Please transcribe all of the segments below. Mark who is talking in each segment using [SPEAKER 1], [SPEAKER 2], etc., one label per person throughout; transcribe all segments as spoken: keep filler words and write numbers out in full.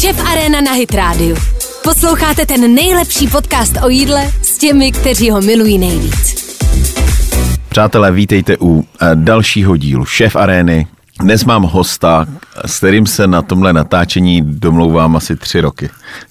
[SPEAKER 1] Šéf Aréna na Hit Radio. Posloucháte ten nejlepší podcast o jídle s těmi, kteří ho milují nejvíc.
[SPEAKER 2] Přátelé, vítejte u dalšího dílu Šéf Arény. Dnes mám hosta, s kterým se na tomhle natáčení domlouvám asi tři roky.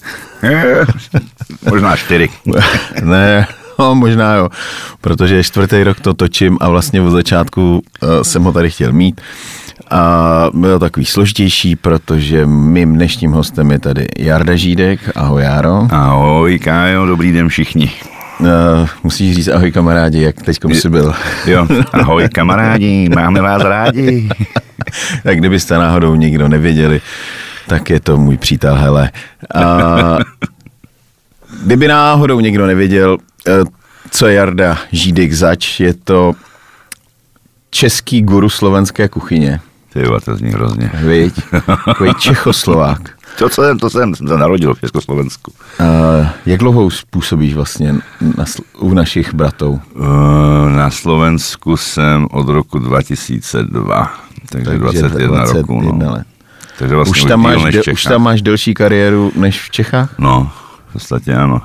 [SPEAKER 3] Možná čtyři.
[SPEAKER 2] Ne, no, možná jo, protože čtvrtý rok to točím a vlastně od začátku uh, jsem ho tady chtěl mít. A bylo takový složitější, protože mým dnešním hostem je tady Jarda Žídek. Ahoj, Járo.
[SPEAKER 3] Ahoj, Kájo, dobrý den všichni.
[SPEAKER 2] Uh, musíš říct ahoj, kamarádi, jak teďkom jsi byl.
[SPEAKER 3] Jo, ahoj, kamarádi, máme vás rádi.
[SPEAKER 2] Tak kdybyste náhodou nikdo nevěděli, tak je to můj přítel Hele. Uh, kdyby náhodou někdo nevěděl, uh, co je Jarda Žídek zač, je to český guru slovenské kuchyně.
[SPEAKER 3] Ty jo, to zní hrozně.
[SPEAKER 2] Viď? Takový Čechoslovák.
[SPEAKER 3] To jsem, to jsem se narodil v Československu.
[SPEAKER 2] Uh, jak dlouho působíš vlastně na, u našich bratů?
[SPEAKER 3] Uh, na Slovensku jsem od roku dva tisíce dva, takže, takže dvacet jedna roků. No. Let. Takže vlastně
[SPEAKER 2] už, tam máš de, už tam máš delší kariéru než v Čechách?
[SPEAKER 3] No, v podstatě ano.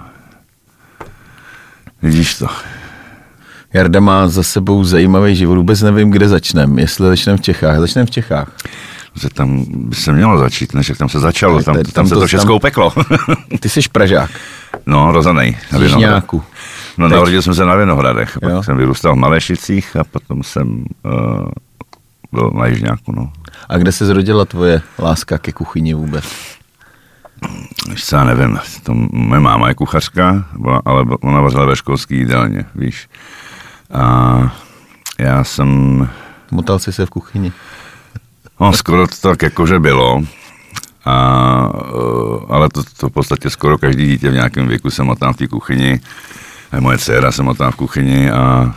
[SPEAKER 3] Vidíš to.
[SPEAKER 2] Jarda má za sebou zajímavý život, vůbec nevím, kde začneme, jestli začneme v Čechách. Začneme v Čechách.
[SPEAKER 3] Že tam by se mělo začít, než jak tam se začalo, tam, tam, tam se to všechno peklo.
[SPEAKER 2] Ty jsi Pražák.
[SPEAKER 3] No, rozenej.
[SPEAKER 2] Na Jižňáku.
[SPEAKER 3] No, narodil jsem se na Vinohradech, pak jo. jsem vyrůstal v Malešicích a potom jsem uh, byl na Jižňáku, no.
[SPEAKER 2] A kde se zrodila tvoje láska ke kuchyni vůbec?
[SPEAKER 3] Ještě já nevím, to moje máma je kuchařka, ale ona vařila ve školský jídelně, víš. A já jsem...
[SPEAKER 2] Motal jsi se v kuchyni?
[SPEAKER 3] No, skoro to tak jakože bylo, a, ale to, to v podstatě skoro každý dítě v nějakém věku se motá v té kuchyni. A moje dcera se motá v kuchyni a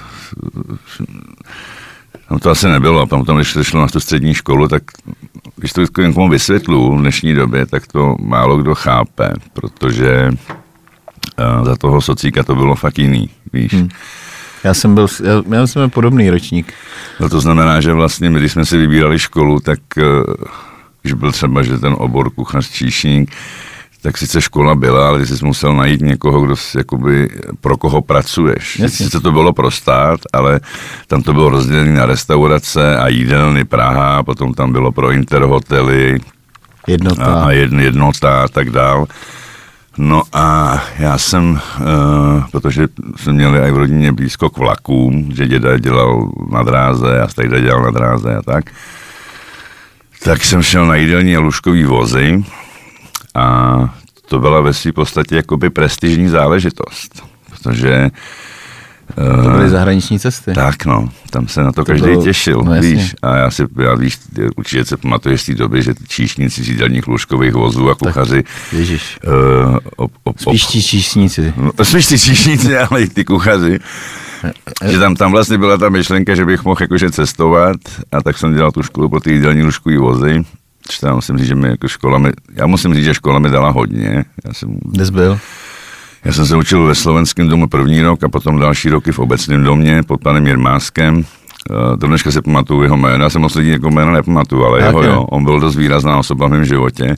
[SPEAKER 3] tam to asi nebylo. A potom, když se šlo na tu střední školu, tak když to někomu vysvětlu v dnešní době, tak to málo kdo chápe, protože za toho socíka to bylo fakt jiný, víš. Hmm.
[SPEAKER 2] Já jsem byl, já, já jsem podobný ročník.
[SPEAKER 3] No to znamená, že vlastně, když jsme si vybírali školu, tak když byl třeba, že ten obor kuchař číšník, tak sice škola byla, ale ty jsi musel najít někoho, kdo si, jakoby, pro koho pracuješ. Jasně. Sice to bylo pro stát, ale tam to bylo rozdělené na restaurace a jídelny Praha, potom tam bylo pro interhotely
[SPEAKER 2] jednota
[SPEAKER 3] a, a jedn, jednota a tak dál. No a já jsem, uh, protože jsme měli i v rodině blízko k vlakům, že děda dělal na dráze a stejda dělal na dráze a tak, tak jsem šel na jídelní a lůžkový vozy a to byla ve své podstatě jakoby prestižní záležitost, protože...
[SPEAKER 2] Uh, to byly zahraniční cesty.
[SPEAKER 3] Tak no, tam se na to, to každý bylo, těšil, no víš. A já si, já víš, určitě se pamatuješ z té doby, že číšníci z jídelních lůžkových vozů a kuchaři...
[SPEAKER 2] Tak, ježiš.
[SPEAKER 3] Uh, op, op,
[SPEAKER 2] spíš ti číšníci.
[SPEAKER 3] No, spíš ti číšníci, ale i ty kuchaři. Že tam, tam vlastně byla ta myšlenka, že bych mohl jakože cestovat a tak jsem dělal tu školu pro ty jídelní lůžkový vozy. Já musím říct, že mi jako škola mi, já musím říct, že škola mi dala hodně. Já jsem...
[SPEAKER 2] Kde jsi byl?
[SPEAKER 3] Já jsem se učil ve Slovenském domu první rok a potom další roky v obecném domě pod panem Jirmáskem. Do dneška si pamatuju jeho jméno, já jsem moc lidí jako jméno nepamatuju, ale jeho jo, on byl dost výrazná osoba v mém životě.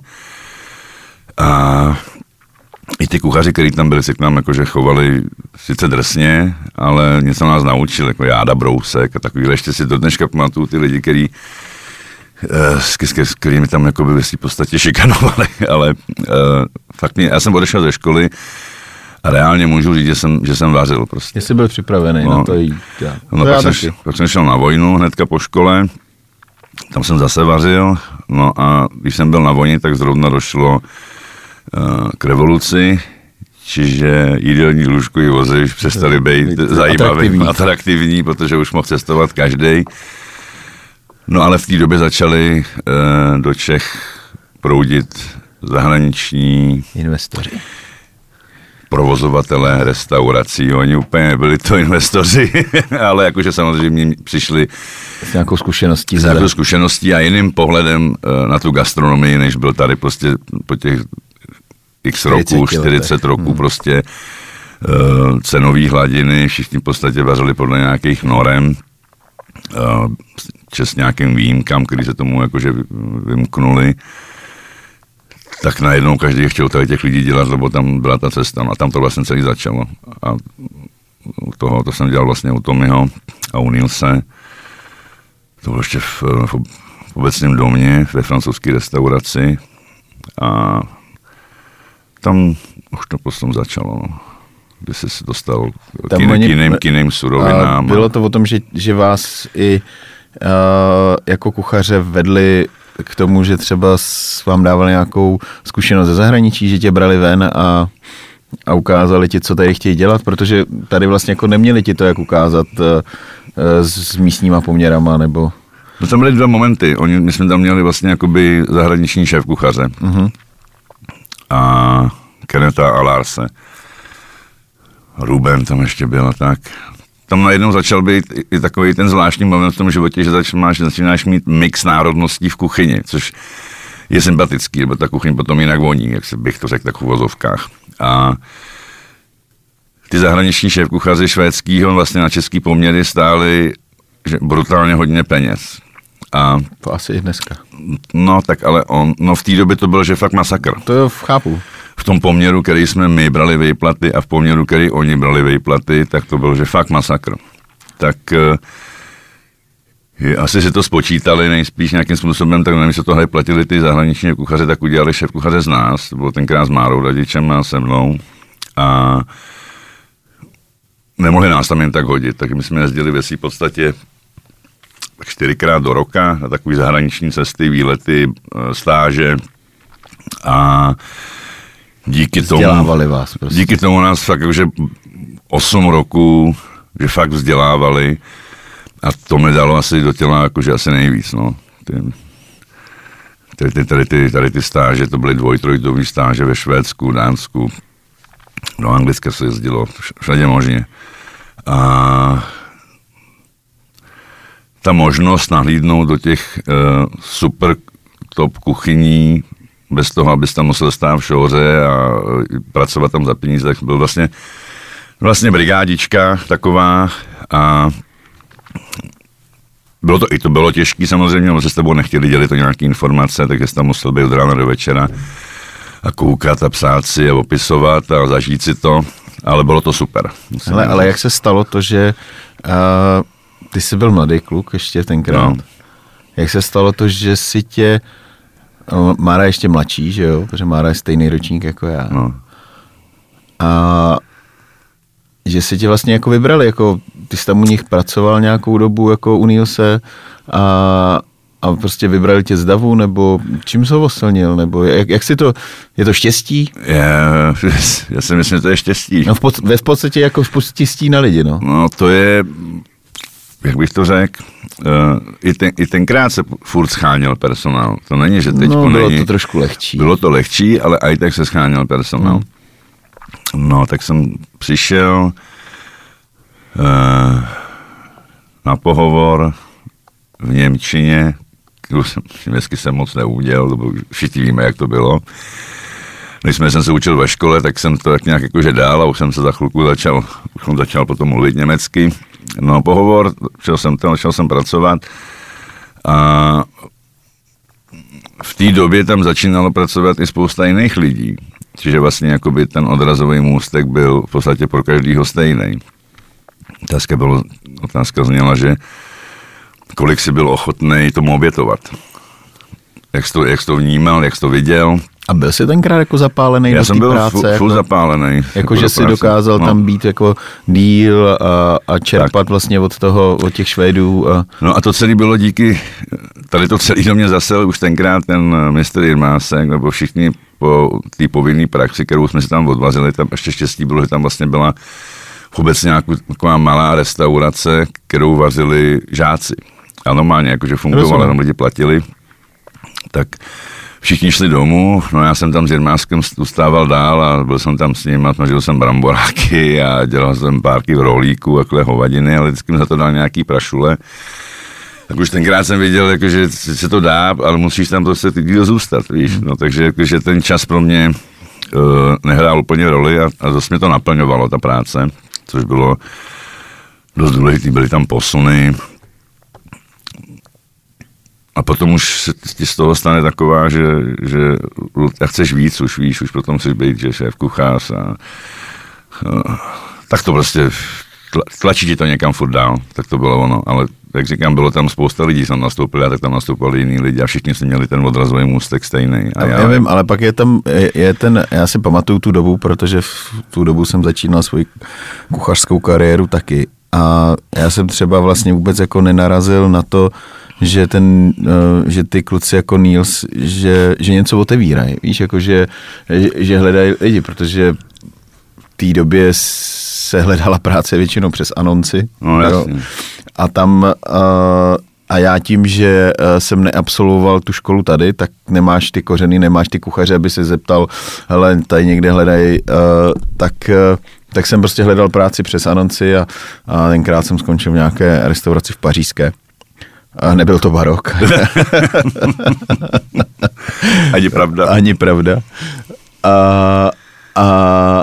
[SPEAKER 3] A i ty kuchaři, kteří tam byli, se k nám jakože chovali sice drsně, ale něco nás naučili, jako Jáda Brousek a takovýhle. Ještě si do dneška pamatuju ty lidi, který s, s, s kterými tam jako by v podstatě šikanovali, ale uh, fakt mě, já jsem odešel ze školy a reálně můžu říct, že jsem, že jsem vařil prostě.
[SPEAKER 2] Jsi byl připravený no, na to jít. Já.
[SPEAKER 3] No,
[SPEAKER 2] to
[SPEAKER 3] pak, já jsem, pak jsem šel na vojnu hnedka po škole, tam jsem zase vařil, no a když jsem byl na vojně, tak zrovna došlo uh, k revoluci, čiže jídelní lůžkový vozy přestaly být zajímavý, atraktivní. atraktivní, protože už mohl cestovat každej. No ale v té době začali uh, do Čech proudit zahraniční
[SPEAKER 2] investoři.
[SPEAKER 3] Provozovatelé restaurací, oni úplně nebyli to investoři, ale jakože samozřejmě přišli
[SPEAKER 2] s nějakou zkušeností.
[SPEAKER 3] S nějakou zkušeností a jiným pohledem uh, na tu gastronomii, než byl tady prostě po těch x roků, čtyřicet roků hmm. prostě uh, cenový hladiny, všichni v podstatě vařili podle nějakých norem, uh, čest nějakým výjimkám, který se tomu jakože vymknuli. tak najednou každý chtěl tady těch lidí dělat, lebo tam byla ta cesta. A tam to vlastně celý začalo. A toho, to jsem dělal vlastně u Tommyho a u Nilse. To bylo ještě v, v, v obecním domě, ve francouzské restauraci. A tam už to potom začalo, no. Kdy jsi se dostal k jiným, k jiným surovinám.
[SPEAKER 2] Bylo to o tom, že, že vás i uh, jako kuchaře vedli k tomu, že třeba vám dávali nějakou zkušenost ze zahraničí, že tě brali ven a, a ukázali ti, co tady chtějí dělat, protože tady vlastně jako neměli ti to, jak ukázat uh, s místníma poměrama, nebo...
[SPEAKER 3] No tam byly dva momenty. Oni, my jsme tam měli vlastně jakoby zahraniční šéf kuchaře. Uh-huh. A Keneta a Larse. Ruben tam ještě byl a tak. Tam najednou začal být i, i takový ten zvláštní moment v tom životě, že začínáš, začínáš mít mix národností v kuchyni, což je sympatický, nebo ta kuchyň potom jinak voní, jak se bych to řekl tak v uvozovkách. A ty zahraniční šéfkuchaři švédskýho vlastně na český poměry stály že brutálně hodně peněz. A
[SPEAKER 2] to asi i dneska.
[SPEAKER 3] No tak ale on, no v té době to byl, že fakt masakr.
[SPEAKER 2] To jo, chápu.
[SPEAKER 3] V tom poměru, který jsme my brali výplaty a v poměru, který oni brali výplaty, tak to byl, že fakt masakr. Tak je, asi si to spočítali nejspíš nějakým způsobem, tak nevím, co tohle platili ty zahraniční kuchaře, tak udělali šéf kuchaře z nás, to bylo tenkrát s Márou Radičem a se mnou a nemohli nás tam jen tak hodit, tak my jsme jezdili ve svý podstatě čtyřikrát do roka na takový zahraniční cesty, výlety, stáže a díky tomu,
[SPEAKER 2] vzdělávali vás prostě.
[SPEAKER 3] Díky tomu nás fakt jakože osm roků, že fakt vzdělávali a to mi dalo asi do těla jakože asi nejvíc, no. Ty, tady, ty, tady, ty, tady ty stáže, to byly dvojtrojtový stáže ve Švédsku, Dánsku, do Anglicka se jezdilo, všade možně. A ta možnost nahlídnout do těch uh, super top kuchyní, bez toho, abys tam musel stát v šóře a pracovat tam za peníze, tak byl vlastně, vlastně brigádička taková a bylo to, i to bylo těžké samozřejmě, ale se s tebou nechtěli dělit to nějaké informace, takže jsi tam musel být od rána do večera a koukat a psát si a opisovat a zažít si to, ale bylo to super.
[SPEAKER 2] Ale, ale jak se stalo to, že uh, ty jsi byl mladý kluk ještě tenkrát, no. Jak se stalo to, že si tě Mára ještě mladší, že jo, protože Mára je stejný ročník jako já. No. A že si tě vlastně jako vybrali, jako ty jsi tam u nich pracoval nějakou dobu jako u Nilse a, a prostě vybrali tě z davu, nebo čím jsi ho oslnil, nebo jak, jak si to, je to štěstí?
[SPEAKER 3] Já, já si myslím, že to je štěstí.
[SPEAKER 2] No v pod, ve v podstatě jako štěstí na lidi, no.
[SPEAKER 3] No to je, jak bych to řekl, uh, i, ten, i tenkrát se furt scháněl personál. To není, že teď
[SPEAKER 2] no, bylo
[SPEAKER 3] není.
[SPEAKER 2] to trošku lehčí.
[SPEAKER 3] Bylo to lehčí, ale i tak se scháněl personál. Hmm. No, tak jsem přišel uh, na pohovor v němčině, kterou jsem, německy jsem moc neudělal, to všichni víme, jak to bylo. Když jsem se učil ve škole, tak jsem to tak nějak jakože dál a už jsem se za chvilku začal, už jsem začal potom mluvit německy. No, pohovor, šel jsem tam, začal jsem pracovat a v té době tam začínalo pracovat i spousta jiných lidí. Čiže vlastně jakoby ten odrazový můstek byl v podstatě pro každýho stejný. Otázka, bylo, otázka zněla, že kolik si byl ochotný tomu obětovat. Jak jsi to, jak jsi to vnímal, jak jsi to viděl.
[SPEAKER 2] A byl jsi tenkrát jako zapálený
[SPEAKER 3] Já
[SPEAKER 2] do
[SPEAKER 3] jsem byl
[SPEAKER 2] práce?
[SPEAKER 3] Ful,
[SPEAKER 2] jako,
[SPEAKER 3] ful zapálený.
[SPEAKER 2] Jako,
[SPEAKER 3] jako
[SPEAKER 2] že jsi dokázal
[SPEAKER 3] no.
[SPEAKER 2] tam být jako díl a, a čerpat tak. Vlastně od toho, od těch Švédů. A...
[SPEAKER 3] No a to celé bylo díky, tady to celé do mě zasel už tenkrát ten mistr Jirmásek, nebo všichni po té povinné praxi, kterou jsme si tam odvazili, tam ještě štěstí bylo, že tam vlastně byla vůbec nějaká taková malá restaurace, kterou vařili žáci. A normálně, jakože fungovalo, tam lidi platili, tak všichni šli domů, no já jsem tam s Jirmáskem ustával dál a byl jsem tam s ním a smažil jsem bramboráky a dělal jsem párky v rohlíku, takhle hovadiny, ale vždycky mi za to dal nějaký prašule. Tak už tenkrát jsem věděl, jako, že se to dá, ale musíš tam prostě ty díl zůstat, víš. No, takže jako, že ten čas pro mě uh, nehrál úplně roli a, a dost mě to naplňovalo, ta práce, což bylo dost důležité, byly tam posuny. A potom už se ti z toho stane taková, že, že chceš víc, už víš, už potom chceš být, že šéf kuchař a, a tak to prostě tlačí ti to někam furt dál, tak to bylo ono, ale jak říkám, bylo tam spousta lidí, jsem nastoupil, a tak tam nastoupili jiní lidi a všichni si měli ten odrazový můstek stejný.
[SPEAKER 2] A já, já vím, ale pak je tam, je, je ten, já si pamatuju tu dobu, protože v tu dobu jsem začínal svoji kuchařskou kariéru taky a já jsem třeba vlastně vůbec jako nenarazil na to, že ten, že ty kluci jako Niels, že, že něco otevírají, víš, jako že, že hledají lidi, protože v té době se hledala práce většinou přes anonci.
[SPEAKER 3] No, jasně.
[SPEAKER 2] A tam a já tím, že jsem neabsolvoval tu školu tady, tak nemáš ty kořeny, nemáš ty kuchaře, aby se zeptal, hele, tady někde hledají, tak, tak jsem prostě hledal práci přes anonci a, a tenkrát jsem skončil v nějaké restauraci v Pařížské. A nebyl to barok.
[SPEAKER 3] Ani pravda.
[SPEAKER 2] Ani pravda. A, a,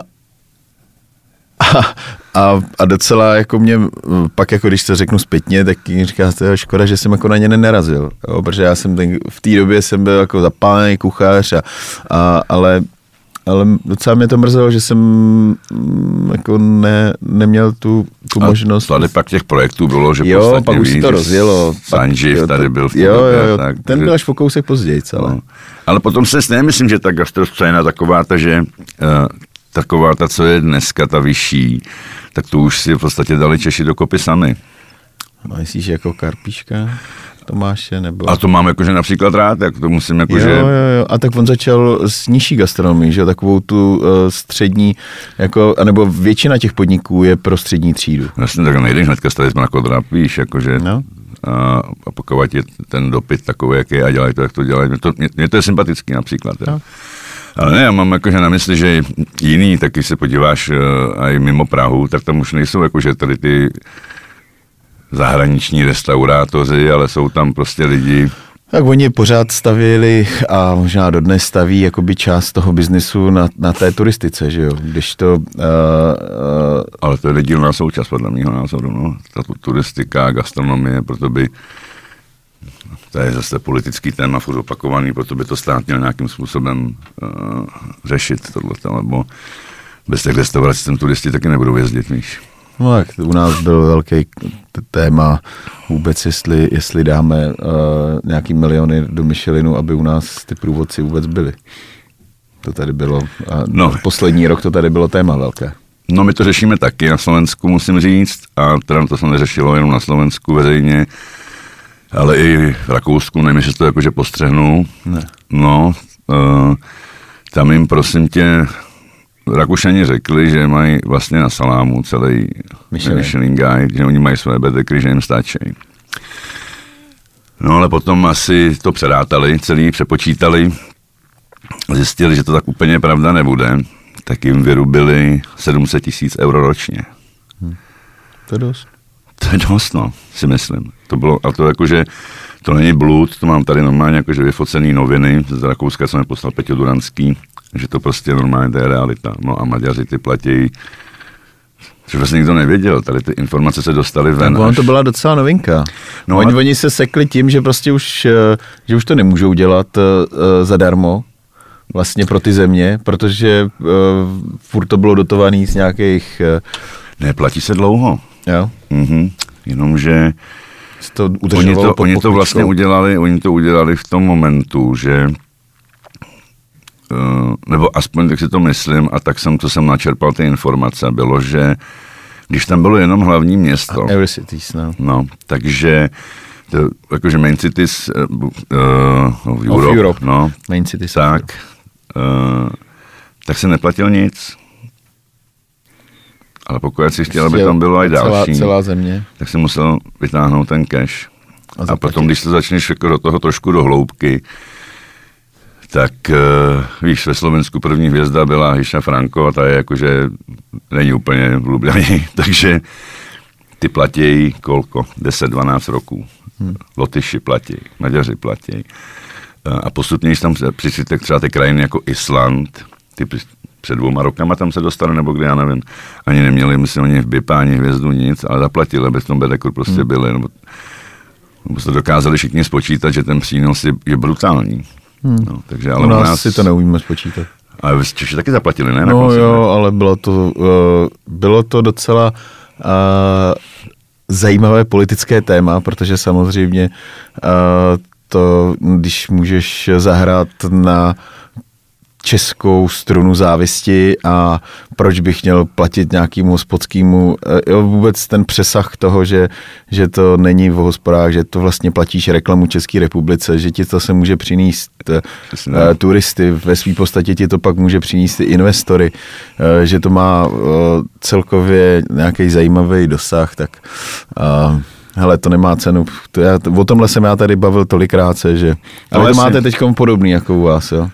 [SPEAKER 2] a, a, a docela jako mě, pak jako když to řeknu zpětně, tak říká, to je škoda, že jsem jako na ně nenarazil. Jo, protože já jsem ten, v té době jsem byl jako zapálený kuchař, a, a, ale ale docela mě to mrzelo, že jsem jako ne, neměl tu, tu možnost.
[SPEAKER 3] Tady pak těch projektů bylo, že
[SPEAKER 2] jo,
[SPEAKER 3] podstatně
[SPEAKER 2] pak už
[SPEAKER 3] víc,
[SPEAKER 2] to rozjelo.
[SPEAKER 3] Sanjiv tady byl v té
[SPEAKER 2] jo,
[SPEAKER 3] době,
[SPEAKER 2] jo,
[SPEAKER 3] tak,
[SPEAKER 2] ten
[SPEAKER 3] že,
[SPEAKER 2] byl až po kousek později celé. No.
[SPEAKER 3] Ale potom se nemyslím, že ta gastroscéna taková ta, že uh, taková ta, co je dneska ta vyšší, tak to už si v podstatě dali Češi dokopy sami.
[SPEAKER 2] No, myslíš jako Karpíška? Tomáše, nebo...
[SPEAKER 3] A to mám jakože například rád, jak to musím jakože...
[SPEAKER 2] Jo, jo, jo, a tak on začal s nižší gastronomii, že jo, takovou tu uh, střední, jako, anebo většina těch podniků je pro střední třídu.
[SPEAKER 3] Vlastně tak nejdeš hnedka stavit na kodráp, víš, jakože...
[SPEAKER 2] No.
[SPEAKER 3] A, a pokud je ten dopyt takový, jaký je, a dělají to, jak to dělají. Mě to, mě, mě to je sympatický například. No. Ale ne, já mám jakože na mysli, že jiný, tak když se podíváš uh, i mimo Prahu, tak tam už nejsou jakože tady ty zahraniční restaurátoři, ale jsou tam prostě lidi.
[SPEAKER 2] Tak oni pořád stavěli a možná dodnes staví jakoby část toho biznisu na, na té turistice, že jo, když to... Uh, uh,
[SPEAKER 3] ale to je nedílná součást podle mýho názoru, no. Ta turistika, gastronomie, proto by, to je zase politický téma, furt opakovaný, proto by to stát měl nějakým způsobem uh, řešit tohleto, lebo bez těch restaurací sem turisti taky nebudou jezdit, víš.
[SPEAKER 2] No tak u nás byl velký téma vůbec, jestli, jestli dáme uh, nějaký miliony do Michelinu, aby u nás ty průvodci vůbec byli. To tady bylo, a no. Poslední rok to tady bylo téma velké.
[SPEAKER 3] No my to řešíme taky na Slovensku, musím říct, a teda to se neřešilo jenom na Slovensku veřejně, ale i v Rakousku, nevím, jestli to jakože postřehnu.
[SPEAKER 2] Ne.
[SPEAKER 3] No, uh, tam jim prosím tě, Rakušani řekli, že mají vlastně na salámu celý Michelin, Michelin guide, že oni mají své bedekry, že jim stačí. No ale potom asi to přerátali, celý přepočítali, zjistili, že to tak úplně pravda nebude, tak jim vyrubili sedm set tisíc euro ročně.
[SPEAKER 2] Hmm. To je dost.
[SPEAKER 3] To je dost, no, si myslím. To bylo, a to jakože, to není blud, to mám tady normálně jakože vyfocený noviny z Rakouska, co mi poslal Peťo Duranský, že to prostě normálně to je realita. No a Maďaři ty platí, že vlastně nikdo nevěděl, tady ty informace se dostaly ven.
[SPEAKER 2] Tak ono to byla docela novinka. No oni, a... oni se sekli tím, že prostě už, že už to nemůžou dělat uh, zadarmo, vlastně pro ty země, protože uh, furt to bylo dotovaný z nějakých... Uh...
[SPEAKER 3] Ne, platí se dlouho.
[SPEAKER 2] Jo.
[SPEAKER 3] Mhm. Jenomže
[SPEAKER 2] to
[SPEAKER 3] oni to, oni to vlastně udělali, oni to udělali v tom momentu, že Uh, nebo aspoň tak si to myslím, a tak jsem to jsem načerpal ty informace, bylo, že když tam bylo jenom hlavní město,
[SPEAKER 2] Eurocities, no.
[SPEAKER 3] no, takže to, jakože main cities uh, uh, Europe,
[SPEAKER 2] Europe,
[SPEAKER 3] no,
[SPEAKER 2] main cities,
[SPEAKER 3] tak, uh, tak se neplatil nic. Ale pokud si chtěl, aby tam bylo i další,
[SPEAKER 2] celá, celá země,
[SPEAKER 3] tak si musel vytáhnout ten cash. A, a potom, když to začneš jako do toho trošku do hloubky, tak uh, víš, ve Slovensku první hvězda byla Hiša Franko a ta je jakože není úplně v Ljubljani, takže ty platí kolko? deset dvanáct roků. Hmm. Lotyši platí, Maďaři platí. Uh, a postupně, když tam přicítek třeba ty krajiny jako Island, ty před dvouma rokama tam se dostali, nebo kde, já nevím, ani neměli, myslím, ani v Bipa, ani hvězdu, nic, ale zaplatili, aby v tom Bedekur prostě hmm. byli. Nebo to dokázali všichni spočítat, že ten přínos je, je brutální. Hmm. No, takže, ale
[SPEAKER 2] u nás,
[SPEAKER 3] u nás
[SPEAKER 2] si to neumíme spočítat.
[SPEAKER 3] Ale vy Češi taky zaplatili, ne?
[SPEAKER 2] No
[SPEAKER 3] konci,
[SPEAKER 2] jo,
[SPEAKER 3] ne?
[SPEAKER 2] ale bylo to, uh, bylo to docela uh, zajímavé politické téma, protože samozřejmě uh, to, když můžeš zahrát na českou strunu závisti a proč bych měl platit nějakému hospodskému, jo, vůbec ten přesah toho, že, že to není v hospodách, že to vlastně platíš reklamu České republice, že ti to se může přinést uh, turisty, ve své podstatě ti to pak může přinést investory, uh, že to má uh, celkově nějaký zajímavý dosah, tak uh, hele, to nemá cenu. To já, o tomhle jsem já tady bavil tolikrát, že... Ale no, to máte teď podobný jako u vás, jo?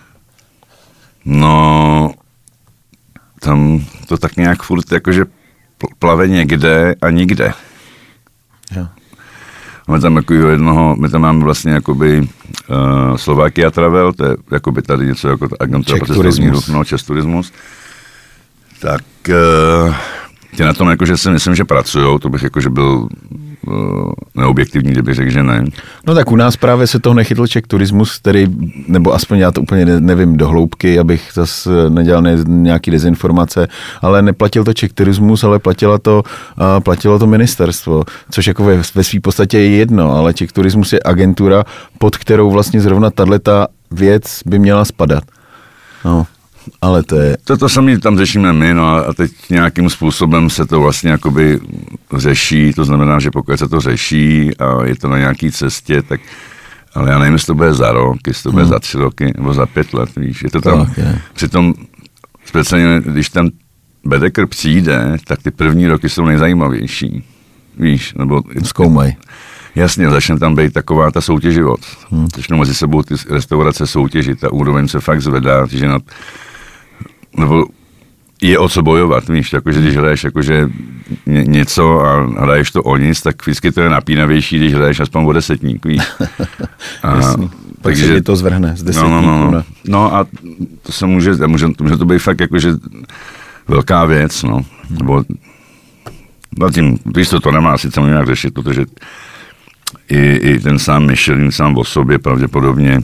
[SPEAKER 3] No, tam to tak nějak furt jakože plave někde a nikde.
[SPEAKER 2] Jo.
[SPEAKER 3] Máme tam jako jednoho, my tam máme vlastně jakoby uh, Slovakia Travel, to je jakoby tady něco jako agentura pro cestovní ruch, no, Czech Turismus. Tak uh, tě na tom jakože si myslím, že pracujou, to bych jakože byl uh, neobjektivní, kdybych řekl, že ne.
[SPEAKER 2] No tak u nás právě se toho nechytl Czech Turismus, který, nebo aspoň já to úplně ne, nevím do hloubky, abych zase nedělal ne, nějaký dezinformace, ale neplatil to Czech Turismus, ale platilo to, uh, platilo to ministerstvo, což jako ve, ve své podstatě je jedno, ale Czech Turismus je agentura, pod kterou vlastně zrovna tato věc by měla spadat. No. Ale to je...
[SPEAKER 3] To, to samé tam řešíme my, no a teď nějakým způsobem se to vlastně jakoby řeší, to znamená, že pokud se to řeší a je to na nějaký cestě, tak, ale já nevím, jestli to bude za rok, jestli to bude hmm. za tři roky, nebo za pět let, víš, je to tam, tak, je. Přitom speciálně, když ten Bedecker přijde, tak ty první roky jsou nejzajímavější, víš, nebo...
[SPEAKER 2] Zkoumaj.
[SPEAKER 3] Jasně, začne tam být taková ta soutěživost. Hmm. Začnou mezi sebou ty restaurace soutěžit, ta úroveň se fakt zvedá, že na, nebo je o co bojovat, víš, jakože když hraješ jakože ně, něco a hraješ to o nic, tak vždycky to je napínavější, když hraješ aspoň o desetník, víš.
[SPEAKER 2] A, Jasný. Pak se ti to zvrhne z desetníku.
[SPEAKER 3] No, no, no. no a to se může, může, může to být fakt jakože velká věc, no. Nebo zatím, víš to, to nemá sice nějak řešit, protože I, i ten sám Michelin sám o sobě pravděpodobně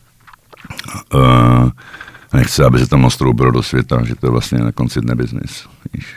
[SPEAKER 3] uh, nechce, aby se tam ostroubilo do světa, že to je vlastně na konci dne biznis.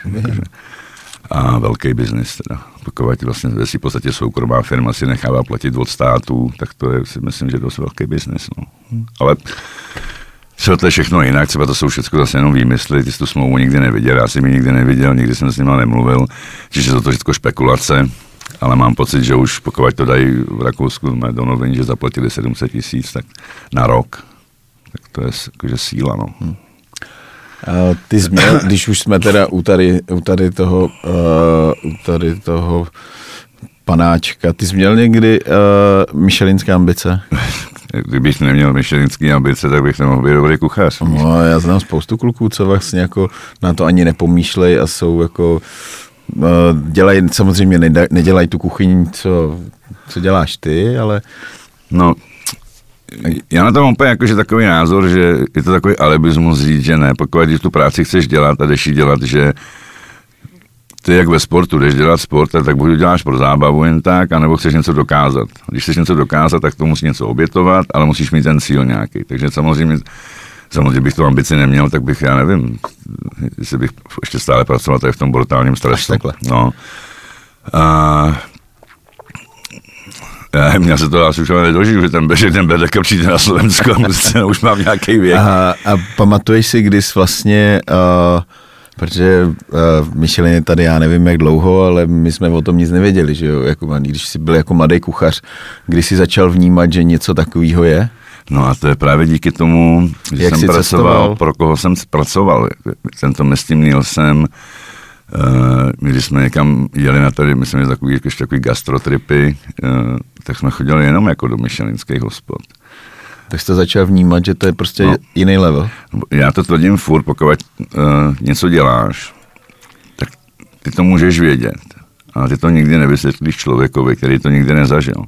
[SPEAKER 3] A velký biznis teda. Pokud vlastně ve v podstatě soukromá firma si nechává platit od států, tak to je, si myslím, že dost velký biznis. No. Ale třeba to je všechno jinak, třeba to jsou všechno zase jenom výmysly, ty jsi tu smlouvu nikdy neviděl, já jsem ji nikdy neviděl, nikdy jsem s nima nemluvil, čiže to to všechno špekulace. Ale mám pocit, že už pokud to dají v Rakousku do novin, že zaplatili sedm set tisíc tak na rok. Tak to je jakože síla, no. Hmm.
[SPEAKER 2] A ty jsi měl, když už jsme teda u tady, u tady toho, uh, u tady toho panáčka, ty jsi měl někdy uh, michelinské ambice?
[SPEAKER 3] Kdybych neměl michelinské ambice, tak bych nemohl být dobrý kuchař.
[SPEAKER 2] No, já znám spoustu kluků, co vlastně jako na to ani nepomýšlej a jsou jako dělají, samozřejmě nedělají tu kuchyň, co, co děláš ty, ale...
[SPEAKER 3] No, já na to mám úplně jakože takový názor, že je to takový alibismus říct, že ne, pokud když tu práci chceš dělat a jdeš ji dělat, že ty jak ve sportu, jdeš dělat sport, tak buď děláš pro zábavu jen tak, anebo chceš něco dokázat. Když chceš něco dokázat, tak to musíš něco obětovat, ale musíš mít ten cíl nějaký. Takže samozřejmě Samozřejmě bych tu ambici neměl, tak bych, já nevím, jestli bych ještě stále pracoval tady v tom brutálním stresu. No. A já, měl se to asi už nedožiju, že ten, že ten Bedecker přijde na Slovensko a musím, už mám nějaký věk.
[SPEAKER 2] A, a pamatuješ si, když vlastně, uh, protože uh, Michelin je tady, já nevím jak dlouho, ale my jsme o tom nic nevěděli, že jo, jako, když jsi byl jako mladý kuchař, když jsi začal vnímat, že něco takového je?
[SPEAKER 3] No a to je právě díky tomu, že
[SPEAKER 2] jak
[SPEAKER 3] jsem pracoval,
[SPEAKER 2] cestoval?
[SPEAKER 3] Pro koho jsem pracoval. Tento městí měl jsem, uh, když jsme někam jeli na tady, my jsme měli takový, ještě takový gastrotripy, uh, tak jsme chodili jenom jako do michelinských hospod.
[SPEAKER 2] Tak jsi to začal vnímat, že to je prostě no, jiný level.
[SPEAKER 3] Já to tvrdím furt, pokud uh, něco děláš, tak ty to můžeš vědět, ale ty to nikdy nevysvětlíš člověkovi, který to nikdy nezažil.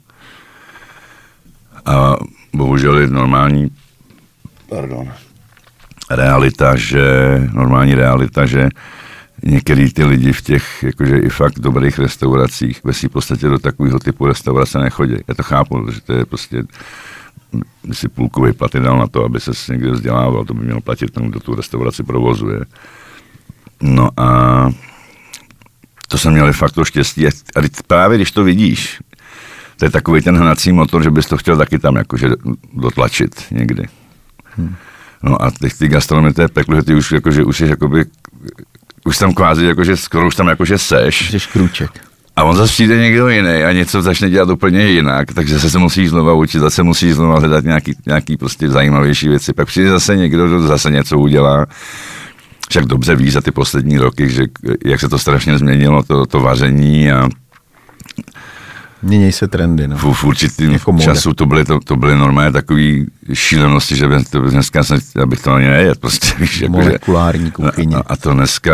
[SPEAKER 3] A bohužel je normální pardon, realita, že normální realita, že některý ty lidi v těch, jakože i fakt dobrých restauracích ve svým podstatě do takového typu restaurace nechodí. Já to chápu, že to je prostě, když si půlkový platy dal na to, aby se někde vzdělával, to by měl platit ten, kdo tu restauraci provozuje. No a to jsem měl fakt to štěstí. A právě když to vidíš, to je takový ten hnací motor, že bys to chtěl taky tam jakože dotlačit někdy. Hmm. No a teď ty gastronomie, to je peklo, že ty už jakože už jsi jakoby, už tam kvázi jakože, skoro už tam jakože seš.
[SPEAKER 2] Jsi krůček.
[SPEAKER 3] A on zase přijde někdo jiný a něco začne dělat úplně jinak, takže se musíš znova učit, zase musíš znova hledat nějaký, nějaký prostě zajímavější věci. Pak přijde zase někdo, kdo zase něco udělá. Však dobře ví za ty poslední roky, že jak se to strašně změnilo, to, to vaření a
[SPEAKER 2] mění se trendy, no.
[SPEAKER 3] V, v určitým jako času to byly, to, to byly normálně takový šílenosti, že to dneska jsem, abych to ani nejet, prostě víš, jako,
[SPEAKER 2] molekulární kuchyně.
[SPEAKER 3] A, a to dneska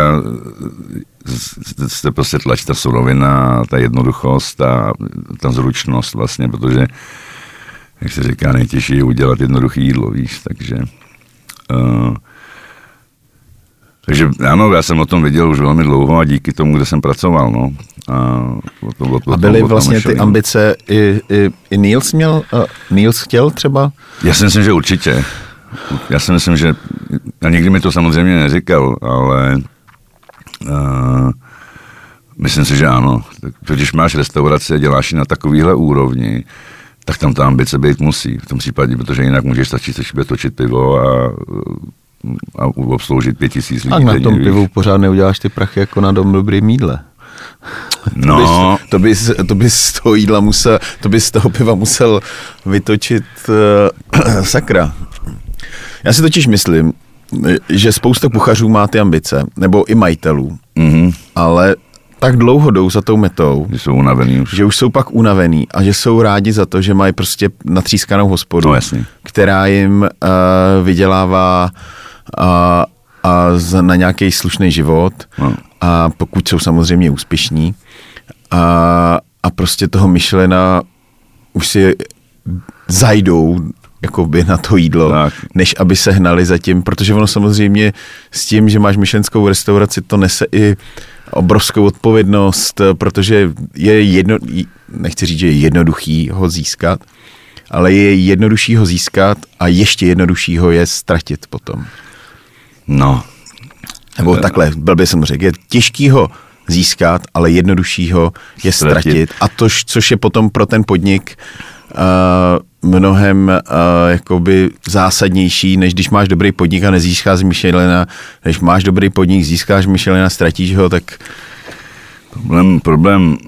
[SPEAKER 3] jste prostě tlačí ta surovina, ta jednoduchost a ta zručnost vlastně, protože, jak se říká, nejtěžší je udělat jednoduché jídlo, víš, takže uh, takže ano, já jsem o tom viděl už velmi dlouho a díky tomu, kde jsem pracoval, no. A, o to, o to,
[SPEAKER 2] a byly vlastně ty ambice, i, i, i Niels měl, uh, Niels chtěl třeba?
[SPEAKER 3] Já si myslím, že určitě. Já si myslím, že, a nikdy mi to samozřejmě neříkal, ale uh, myslím si, že ano. Když máš restauraci a děláš ji na takovýhle úrovni, tak tam ta ambice být musí. V tom případě, protože jinak můžeš stačit se točit pivo a a obsloužit pět tisíc lidí.
[SPEAKER 2] A na tom pivu pořád neuděláš ty prachy jako na dom dobrým jídle.
[SPEAKER 3] No.
[SPEAKER 2] To bys, to bys z toho jídla musel, to bys z toho piva musel vytočit uh, sakra. Já si totiž myslím, že spousta kuchařů má ty ambice, nebo i majitelů, mm-hmm. ale tak dlouho jdou za tou metou,
[SPEAKER 3] že jsou unavený už.
[SPEAKER 2] Že už jsou pak unavený a že jsou rádi za to, že mají prostě natřískanou hospodu,
[SPEAKER 3] no, jasně.
[SPEAKER 2] která jim uh, vydělává a, a na nějaký slušný život no. a pokud jsou samozřejmě úspěšní a, a prostě toho myšlena už si zajdou jakoby na to jídlo, tak. Než aby se hnali za tím, protože ono samozřejmě s tím, že máš myšlenskou restauraci, to nese i obrovskou odpovědnost, protože je jedno, nechci říct, že je jednoduchý ho získat, ale je jednodušší ho získat a ještě jednodušší ho je ztratit potom.
[SPEAKER 3] No.
[SPEAKER 2] Nebo takhle, blbě jsem řekl, je těžký ho získat, ale jednodušší ho je ztratit. ztratit. A to, což je potom pro ten podnik uh, mnohem uh, jakoby zásadnější, než když máš dobrý podnik a nezískáš Michelina. Když máš dobrý podnik, získáš Michelina, ztratíš ho, tak...
[SPEAKER 3] Problém, problém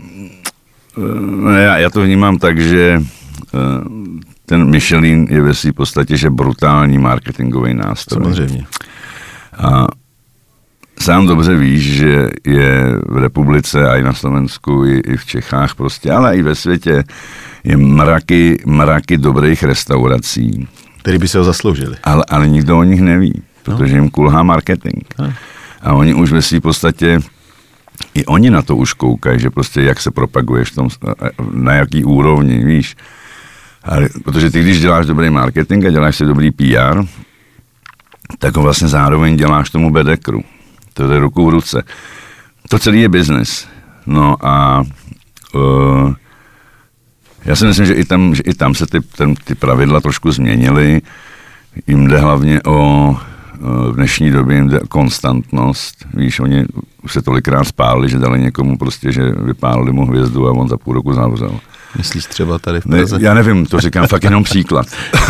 [SPEAKER 3] uh, já, já to vnímám tak, že uh, ten Michelin je ve své podstatě, že brutální marketingový nástroj.
[SPEAKER 2] Samozřejmě.
[SPEAKER 3] A sám dobře víš, že je v republice a i na Slovensku, i, i v Čechách prostě, ale i ve světě je mraky, mraky dobrých restaurací.
[SPEAKER 2] Který by se ho zasloužili.
[SPEAKER 3] Ale, ale nikdo o nich neví, protože jim kulhá marketing. No. A oni už ve své podstatě, i oni na to už koukají, že prostě jak se propaguješ v tom, na jaký úrovni, víš. Ale, protože ty, když děláš dobrý marketing a děláš si dobrý P R, tak ho vlastně zároveň děláš tomu bedekru. To je ruku v ruce. To celý je biznes. No a uh, já si myslím, že i tam, že i tam se ty, ten, ty pravidla trošku změnily. Jim jde hlavně o, v dnešní době jim jde o konstantnost. Víš, oni už se tolikrát spálili, že dali někomu prostě, že vypálili mu hvězdu a on za půl roku zavřel.
[SPEAKER 2] Myslíš třeba tady v Praze?
[SPEAKER 3] Ne, já nevím, to říkám fakt jenom příklad.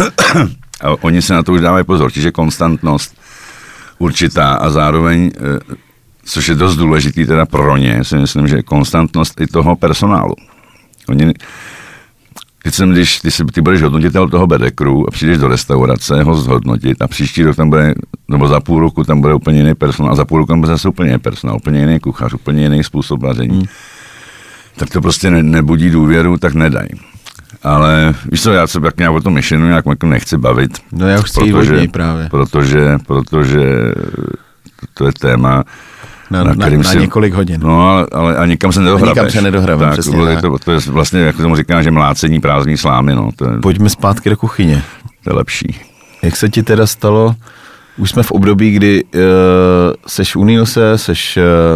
[SPEAKER 3] A oni se na to už dávají pozor, čiže konstantnost určitá a zároveň, což je dost důležitý teda pro ně, si myslím, že konstantnost i toho personálu. Oni, teď jsem, když ty, si, ty budeš hodnotitel toho bedekru a přijdeš do restaurace ho zhodnotit a příští rok tam bude, nebo za půl roku tam bude úplně jiný personál a za půl roku tam bude zase úplně jiný personál, úplně jiný kuchař, úplně jiný způsob vaření, hmm. tak to prostě ne, nebudí důvěru, tak nedaj. Ale víš co, já se tak nějak o tom myšlenu nějak nechci bavit.
[SPEAKER 2] No já už chci
[SPEAKER 3] protože,
[SPEAKER 2] od něj právě.
[SPEAKER 3] Protože, protože to je téma,
[SPEAKER 2] na, na, na, na
[SPEAKER 3] si,
[SPEAKER 2] několik hodin.
[SPEAKER 3] No, ale, ale a nikam se nedohrabeš.
[SPEAKER 2] Nikam se nedohrabeš, přesně.
[SPEAKER 3] To, to, to je vlastně, jak tomu říkám, že mlácení prázdný slámy. No, to je,
[SPEAKER 2] Pojďme zpátky do kuchyně.
[SPEAKER 3] To je lepší.
[SPEAKER 2] Jak se ti teda stalo, už jsme v období, kdy uh, seš u Nilse, seš,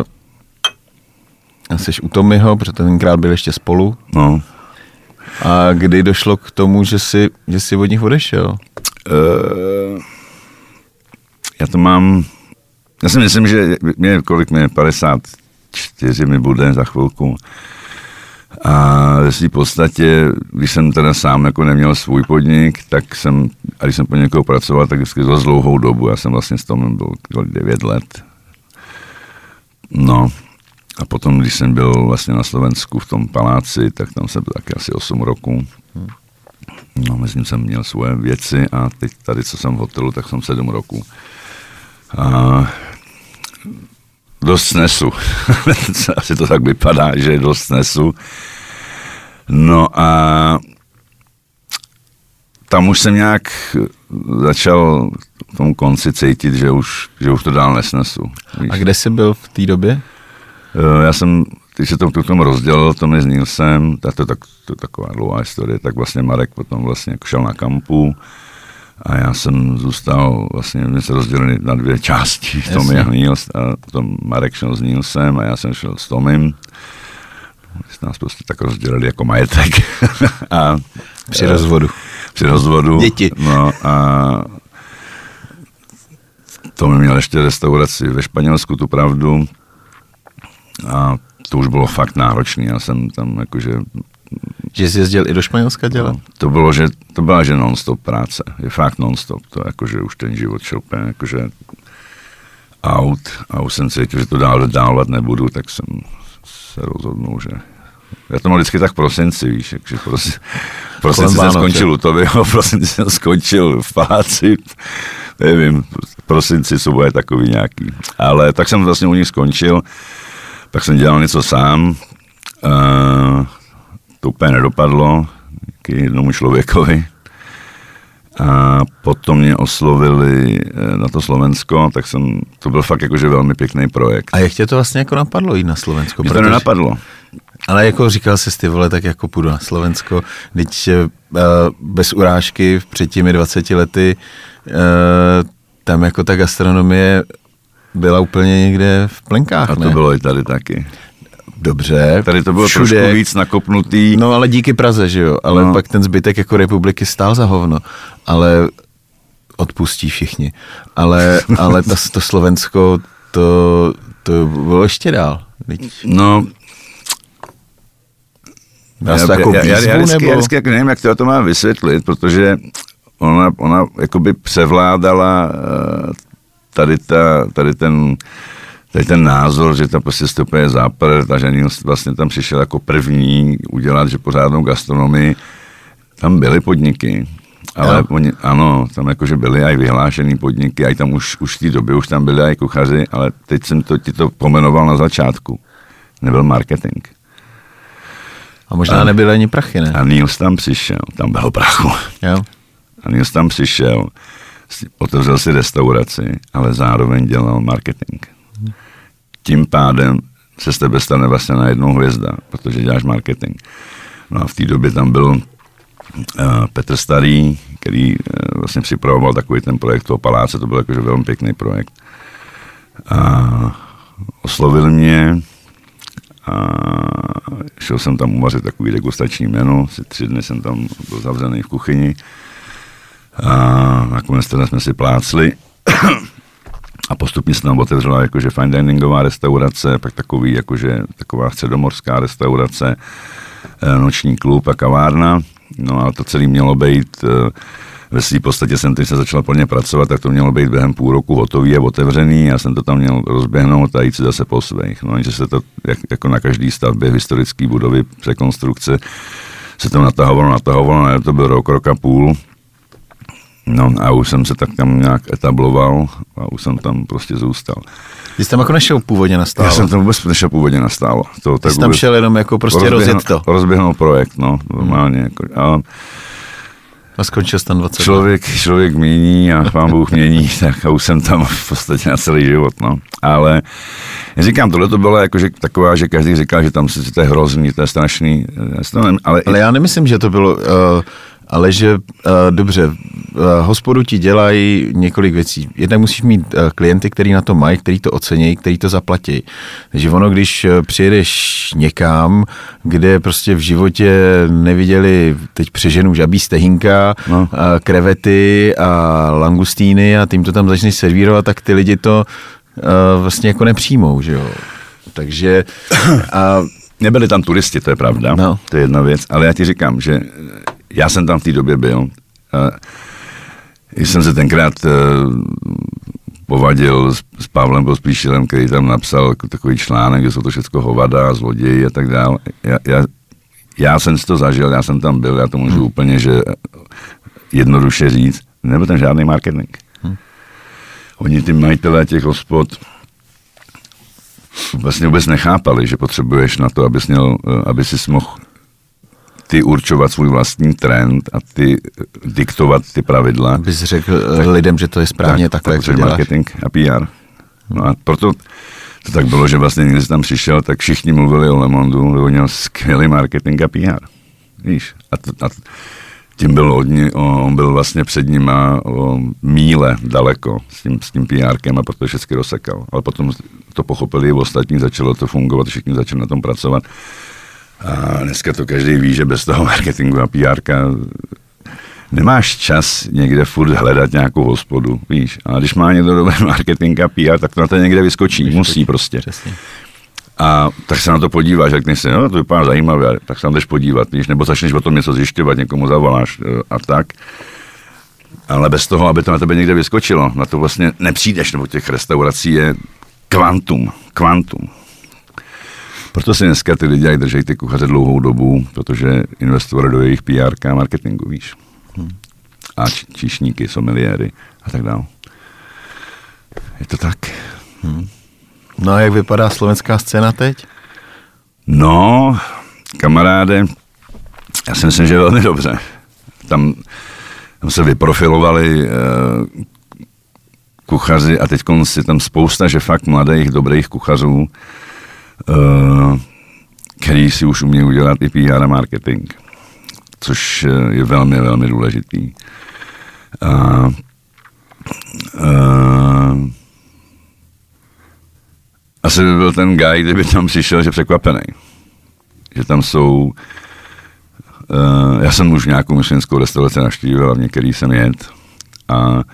[SPEAKER 2] uh, seš u Tommyho, protože tenkrát byli ještě spolu.
[SPEAKER 3] No.
[SPEAKER 2] A kdy došlo k tomu, že jsi, že jsi od nich odešel?
[SPEAKER 3] Uh, já to mám, já si myslím, že mě, kolik mě, padesát čtyři mi bude za chvilku. A v podstatě, když jsem teda sám jako neměl svůj podnik, tak jsem, a když jsem po někoho pracoval, tak vždycky za dlouhou dobu. Já jsem vlastně s Tomem byl devět let. No. A potom, když jsem byl vlastně na Slovensku v tom paláci, tak tam jsem byl taky asi osm roků. No, mezi tím jsem měl svoje věci a teď tady, co jsem v hotelu, tak jsem sedm roků. A dost snesu. Asi to tak vypadá, že dost snesu. No a tam už jsem nějak začal v tom konci cítit, že už, že už to dál nesnesu. Víš?
[SPEAKER 2] A kde jsi byl v té době?
[SPEAKER 3] Já jsem, když se to v tom rozdělil, to mi s Nilsem, to je tak, to taková dlouhá historie, tak vlastně Marek potom vlastně šel na kampu a já jsem zůstal, vlastně my se rozdělili na dvě části, Tommy a Nils, a potom Marek šel s Nilsem a já jsem šel s Tommym. Jsme nás prostě tak rozdělili jako majetek. A
[SPEAKER 2] při rozvodu.
[SPEAKER 3] Při rozvodu.
[SPEAKER 2] Děti.
[SPEAKER 3] No a Tommy měl ještě restauraci ve Španělsku, tu pravdu. A to už bylo fakt náročný, já jsem tam jakože...
[SPEAKER 2] Že jsi jezdil i do Španělska dělat?
[SPEAKER 3] No, to bylo, že to byla, že non-stop práce, je fakt non-stop, to jakože už ten život šel úplně, jakože out a už jsem cítil, že to dál dálovat nebudu, tak jsem se rozhodnul, že... Já to mám vždycky tak v prosinci, víš, takže prosi... v prosinci jsem skončil u Tobyho, v prosinci jsem skončil v paláci, nevím, v prosinci jsou bude takový nějaký, ale tak jsem vlastně u nich skončil. Tak jsem dělal něco sám, uh, to úplně nedopadlo k jednomu člověkovi. A potom mě oslovili na to Slovensko, tak jsem, to byl fakt jakože velmi pěkný projekt.
[SPEAKER 2] A jak tě to vlastně jako napadlo jít na Slovensko?
[SPEAKER 3] Mě protože... to nenapadlo.
[SPEAKER 2] Ale jako říkal jsi ty vole, tak jako půjdu na Slovensko, teď uh, bez urážky před těmi dvaceti lety, uh, tam jako ta gastronomie byla úplně někde v plenkách,
[SPEAKER 3] A to
[SPEAKER 2] ne?
[SPEAKER 3] bylo i tady taky.
[SPEAKER 2] Dobře.
[SPEAKER 3] Tady to bylo všude trošku víc nakopnutý.
[SPEAKER 2] No ale díky Praze, že jo, ale no. Pak ten zbytek jako republiky stál za hovno, ale odpustí všichni. Ale, ale to, to Slovensko, to, to bylo ještě dál.
[SPEAKER 3] No,
[SPEAKER 2] já, já, jako
[SPEAKER 3] já, já, já, vždycky, já vždycky nevím, jak to, to mám vysvětlit, protože ona, ona jakoby převládala tady, ta, tady, ten, tady ten názor, že ta prostě stupuje západ a že Nils vlastně tam přišel jako první udělat, že pořádnou gastronomii. Tam byly podniky, ale oni, ano, tam jakože byly aj vyhlášený podniky, aj tam už, už v té době už tam byli aj kuchaři, ale teď jsem to, ti to pomenoval na začátku. Nebyl marketing.
[SPEAKER 2] A možná a, nebyly ani prachy, ne?
[SPEAKER 3] A Nils tam přišel, tam bylo prachu.
[SPEAKER 2] Jo.
[SPEAKER 3] A Nils tam přišel, otevřel si restauraci, ale zároveň dělal marketing. Tím pádem se z tebe stane vlastně na jednou hvězda, protože děláš marketing. No a v té době tam byl uh, Petr Starý, který uh, vlastně připravoval takový ten projekt toho paláce, to byl jakože velmi pěkný projekt. A oslovil mě a šel jsem tam uvařit takový degustační menu, asi tři dny jsem tam byl zavřený v kuchyni a nakonec teda jsme si plácli a postupně se tam otevřela jakože fine diningová restaurace, pak takový jakože taková středomorská restaurace, noční klub a kavárna, no a to celé mělo být, ve své podstatě jsem teď se začal plně pracovat, tak to mělo být během půl roku hotový a otevřený, já jsem to tam měl rozběhnout a jít si zase po svých, no, že se to jak, jako na každý stavbě historické budovy překonstrukce se to natahovalo, natahovalo, ne, to byl rok, rok a půl. No a už jsem se tak tam nějak etabloval a už jsem tam prostě zůstal.
[SPEAKER 2] Ty jsi tam jako nešel původně na stálo?
[SPEAKER 3] Já jsem tam vůbec nešel původně na stálo. To,
[SPEAKER 2] Ty jsi tam šel jenom jako prostě rozjet to?
[SPEAKER 3] Rozběhnout projekt, no, normálně. Hmm. Jako, a,
[SPEAKER 2] a skončil jsi tam dvacet
[SPEAKER 3] člověk, člověk mění a pán Bůh mění, tak a už jsem tam v podstatě na celý život, no. Ale já říkám, tohle to bylo jako, že taková, že každý říkal, že tam si to je hrozný, to je strašný. Ale,
[SPEAKER 2] ale já nemyslím, že to bylo... Uh, ale že uh, dobře, uh, hospodu ti dělají několik věcí. Jednak musíš mít uh, klienty, který na to mají, který to ocení, který to zaplatí. Takže ono, když uh, přijedeš někam, kde prostě v životě neviděli, teď přeženu žabí stehínka, no. uh, krevety a langustíny a tím to tam začneš servírovat, tak ty lidi to uh, vlastně jako nepřijmou, že jo. Takže... Uh,
[SPEAKER 3] Nebyli tam turisti, to je pravda, no. To je jedna věc, ale já ti říkám, že já jsem tam v té době byl. Jsem se tenkrát povadil s, s Pavlem Pospíšilem, který tam napsal takový článek, že jsou to všechno hovada, zloději a tak dále. Já, já, já jsem si to zažil, já jsem tam byl, já to můžu hmm. úplně, že jednoduše říct, nebyl tam žádný marketing. Hmm. Oni ty majitelé těch hospod vlastně vůbec nechápali, že potřebuješ na to, abys, měl, aby si mohl ty určovat svůj vlastní trend a ty diktovat ty pravidla.
[SPEAKER 2] Abys řekl tak, lidem, že to je správně tak, takhle, jak to děláš.
[SPEAKER 3] Marketing a P R. No a proto to tak bylo, že vlastně někdy tam přišel, tak všichni mluvili o Le Mondu, lebo měl skvělý marketing a P R. Víš? A, to, a tím byl od ní, on byl vlastně před nima o míle daleko s tím, s tím PRkem a proto všechny rozsekal. Ale potom to pochopili i ostatní, začalo to fungovat, všichni začali na tom pracovat. A dneska to každý ví, že bez toho marketingu a PRka nemáš čas někde furt hledat nějakou hospodu, víš. A když má někdo dobrý marketing a P R, tak to na to někde vyskočí, musí prostě. Přesně. A tak se na to podíváš, řekneš si, no to vypadá zajímavé, tak se tam jdeš podívat, víš, nebo začneš o tom něco zjišťovat, někomu zavoláš a tak. Ale bez toho, aby to na tebe někde vyskočilo, na to vlastně nepřijdeš, nebo těch restaurací je kvantum, kvantum. Proto si dneska ty lidi drží ty kuchaře dlouhou dobu, protože investovali do jejich P R a marketingu, víš. Hmm. A či, číšníky, someliéry a tak dále. Je to tak.
[SPEAKER 2] Hmm. No a jak vypadá slovenská scéna teď?
[SPEAKER 3] No, kamaráde, já si myslím, že velmi dobře. Tam, tam se vyprofilovali uh, kuchaři a teď si tam spousta, že fakt mladých, dobrých kuchařů, uh, který si už umějí udělat i P R a marketing, což je velmi, velmi důležitý. Uh, uh, Asi by byl ten guy, kdyby tam přišel, že překvapený. Že tam jsou... Uh, já jsem už nějakou myšlenskou restauraci navštívil a v některý jsem jet. A uh,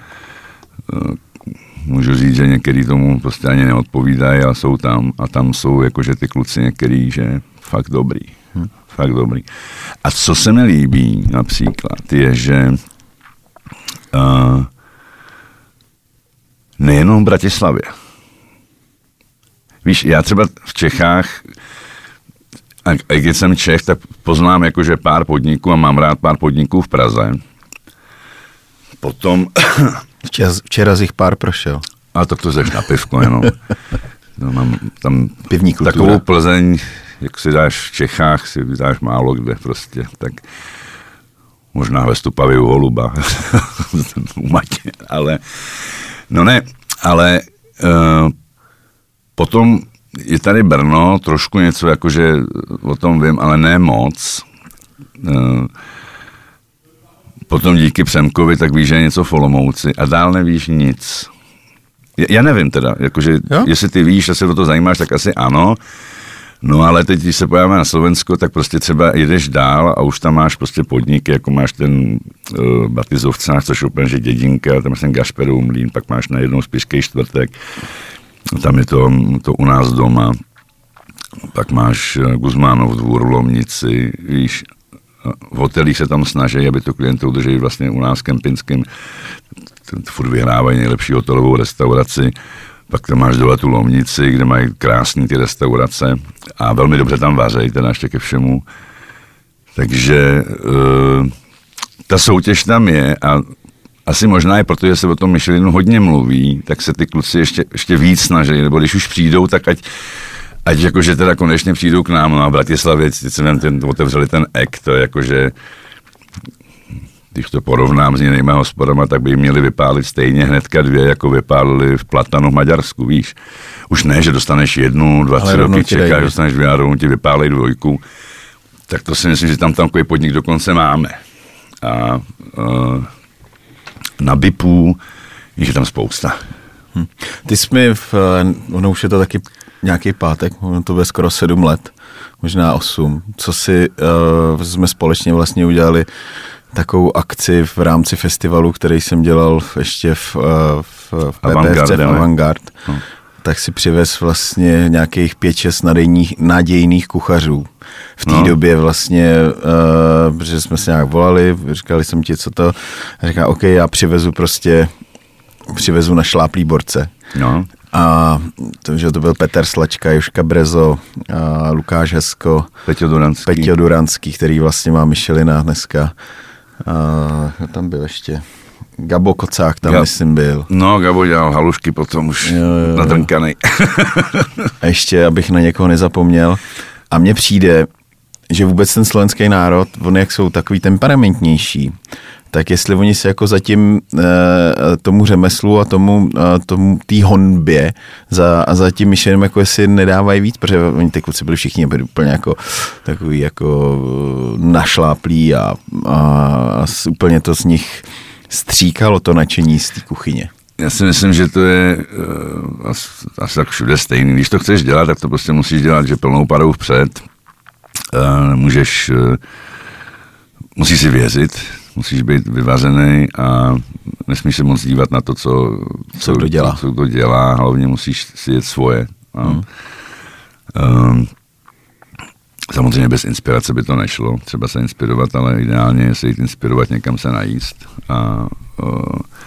[SPEAKER 3] můžu říct, že některý tomu prostě ani neodpovídají, ale jsou tam. A tam jsou jakože ty kluci některý, že fakt dobrý. Hmm. Fakt dobrý. A co se mi líbí například, je, že uh, nejenom v Bratislavě. Víš, já třeba v Čechách, a když jsem Čech, tak poznám jakože pár podniků a mám rád pár podniků v Praze. Potom...
[SPEAKER 2] Včera, včera z jich pár prošel.
[SPEAKER 3] A tak to řeš na pivko jenom. No, mám tam
[SPEAKER 2] pivní kultura.
[SPEAKER 3] Takovou Plzeň, jak si dáš v Čechách, si dáš málo kde prostě, tak možná ve Stupavě u Holuba, u Matě, ale no ne, ale uh, potom je tady Brno, trošku něco jakože o tom vím, ale ne moc. Uh, potom díky Přemkovi, tak víš, že je něco v Olomouci a dál nevíš nic. Já nevím teda, jakože, jestli ty víš, že se o to zajímáš, tak asi ano. No ale teď, když se pojáme na Slovensko, tak prostě třeba jedeš dál a už tam máš prostě podniky, jako máš ten uh, Batizovcář, což je úplně že dědinka, tam máš ten Gašperův mlýn, pak máš najednou Spišský čtvrtek, tam je to, to u nás doma, pak máš uh, Guzmánov dvůr v Lomnici, víš, v hotelích se tam snaží, aby to klienty udrželi vlastně u nás kempinským, furt vyhrávají nejlepší hotelovou restauraci. Pak tam máš dole tu Lomnici, kde mají krásné ty restaurace a velmi dobře tam vařejí, teda ještě ke všemu. Takže uh, ta soutěž tam je a asi možná je proto, že se o tom Michelinu hodně mluví, tak se ty kluci ještě, ještě víc snaží, nebo když už přijdou, tak ať, ať jakože teda konečně přijdou k nám, no a v Bratislavě, teď jsme ten, otevřeli ten ek, to je jakože když to porovnám s jinýma hospodama, tak by jim měli vypálit stejně hnedka dvě, jako vypálili v Platanu v Maďarsku, víš. Už ne, že dostaneš jednu, dva, tři roky čekáš, dostaneš dvě a rovnou ti vypálej dvojku. Tak to si myslím, že tam takový podnik dokonce máme. a uh, na Bipu, je tam spousta.
[SPEAKER 2] Hm. Ty jsi mi, v, ono už je to taky nějaký pátek, ono to bude skoro sedm let, možná osm, co si uh, jsme společně vlastně udělali takovou akci v rámci festivalu, který jsem dělal ještě v, v, v P T F C v Avantgarde. No. Tak si přivez vlastně nějakých pět, šest nadějných kuchařů. V té no. době vlastně, uh, protože jsme se nějak volali, říkali jsem ti, co to, a říká, OK, já přivezu prostě, přivezu na šláplý borce.
[SPEAKER 3] No.
[SPEAKER 2] A to, to byl Petr Slačka, Jožka Brezo, a Lukáš Hesko,
[SPEAKER 3] Peťo Duranský.
[SPEAKER 2] Peťo Duranský, který vlastně má Michelina dneska. A tam byl ještě Gabo Kocák, tam Gab, myslím byl.
[SPEAKER 3] No, Gabo dělal halušky potom už nadrnkanej.
[SPEAKER 2] A ještě, abych na někoho nezapomněl. A mně přijde, že vůbec ten slovenský národ, oni jak jsou takový temperamentnější, tak jestli oni se jako zatím e, tomu řemeslu a tomu, e, tomu tý honbě za, a za tím myšleným jako jestli nedávají víc, protože oni ty kluci byli všichni byli úplně jako takový jako našláplí a, a, a úplně to z nich stříkalo to nadšení z té kuchyně.
[SPEAKER 3] Já si myslím, že to je uh, asi, asi tak všude stejný. Když to chceš dělat, tak to prostě musíš dělat, že plnou parou vpřed. Uh, můžeš, uh, musíš si věřit, musíš být vyvařený a nesmíš se moc dívat na to, co,
[SPEAKER 2] co kdo dělá.
[SPEAKER 3] Co kdo dělá, hlavně musíš si jet svoje. Hmm. Um, samozřejmě bez inspirace by to nešlo, třeba se inspirovat, ale ideálně je se jít inspirovat, někam se najíst. A, uh,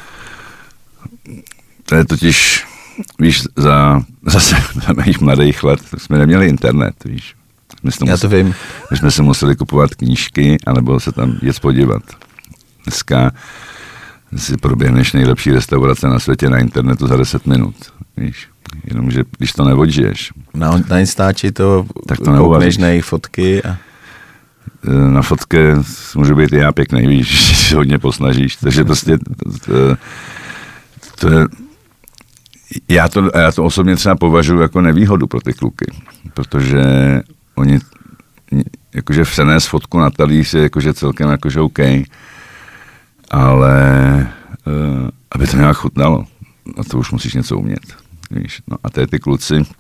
[SPEAKER 3] to je totiž, víš, za, zase za mých mladých let jsme neměli internet, víš.
[SPEAKER 2] Já museli, to vím.
[SPEAKER 3] My jsme si museli kupovat knížky, anebo se tam jet podívat. Dneska si proběhneš nejlepší restaurace na světě na internetu za deset minut, víš. Jenomže když to neodžiješ.
[SPEAKER 2] Na, na Instači to, tak to koukneš na jejich fotky a...
[SPEAKER 3] Na fotce může být i já pěkný, víš, že si hodně posnažíš. Takže prostě to, to, to je, já, to, já to osobně třeba považuji jako nevýhodu pro ty kluky, protože oni jakože přenést fotku na talíř je jakože celkem jakože OK, ale uh, aby to nějak chutnalo, a to už musíš něco umět, víš. No a tady ty kluci uh,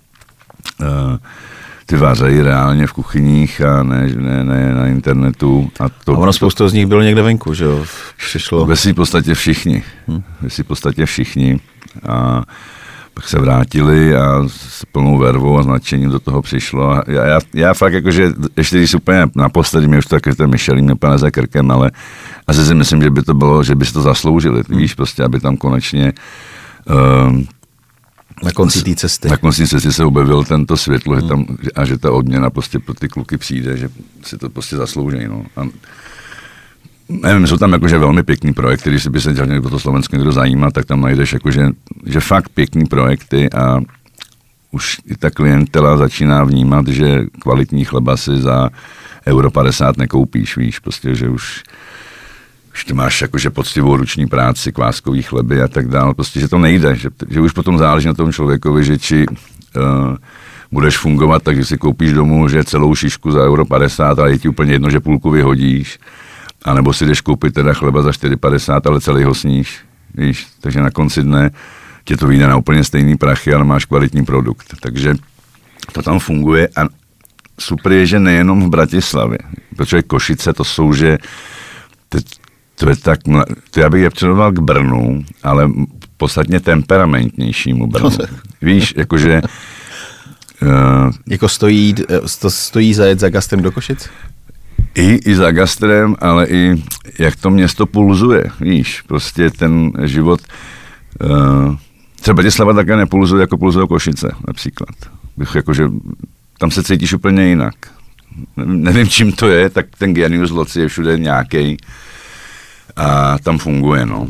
[SPEAKER 3] ty vářejí reálně v kuchyních a ne, ne, ne na internetu. A, to,
[SPEAKER 2] a ono spoustu z nich bylo někde venku, že jo? Přišlo.
[SPEAKER 3] Ve svým podstatě všichni. Hmm. Ve svým podstatě všichni. A pak se vrátili a s plnou vervou a značením do toho přišlo. A já, já, já fakt jakože, ještě když úplně naposledy, mě už to taky ten Michelin mě úplně za krkem, ale asi si myslím, že by to bylo, že by si to zasloužili. Hmm. Víš, prostě, aby tam konečně um,
[SPEAKER 2] na konci té cesty.
[SPEAKER 3] Na konci cesty se objevil tento světlo, hmm. že tam, a že ta odměna prostě pro ty kluky přijde, že si to prostě zaslouží. No. A nevím, jsou tam jakože velmi pěkný projekty, když si by se dělal někdo to Slovensko někdo zajímá, tak tam najdeš jakože, že fakt pěkný projekty a už i ta klientela začíná vnímat, že kvalitní chleba si za euro padesát nekoupíš, víš, prostě, že už už ty máš jakože poctivou ruční práci, kváskový chleby a tak dále, prostě, že to nejde, že, že už potom záleží na tom člověkovi, že či uh, budeš fungovat, takže si koupíš domů, že celou šišku za euro padesát a je ti úplně jedno, že půlku vyhodíš, anebo si jdeš koupit teda chleba za čtyři padesát, ale celý ho sníš, víš, takže na konci dne tě to vyjde na úplně stejný prachy, ale máš kvalitní produkt, takže to tam funguje a super je, že nejenom v Bratislavě, protože Košice to jsou, že teď to je tak, to já bych je přirovnal k Brnu, ale podstatně temperamentnějšímu Brnu. Víš, jakože... Uh,
[SPEAKER 2] jako stojí, to stojí zajet za gastrem do Košic?
[SPEAKER 3] I, I za gastrem, ale i jak to město pulzuje, víš, prostě ten život... Uh, třeba Bratislava také nepulzuje, jako pulzuje Košice, například. Bych jakože, tam se cítíš úplně jinak. Nevím, čím to je, tak ten genius loci je všude nějaký. A tam funguje, no.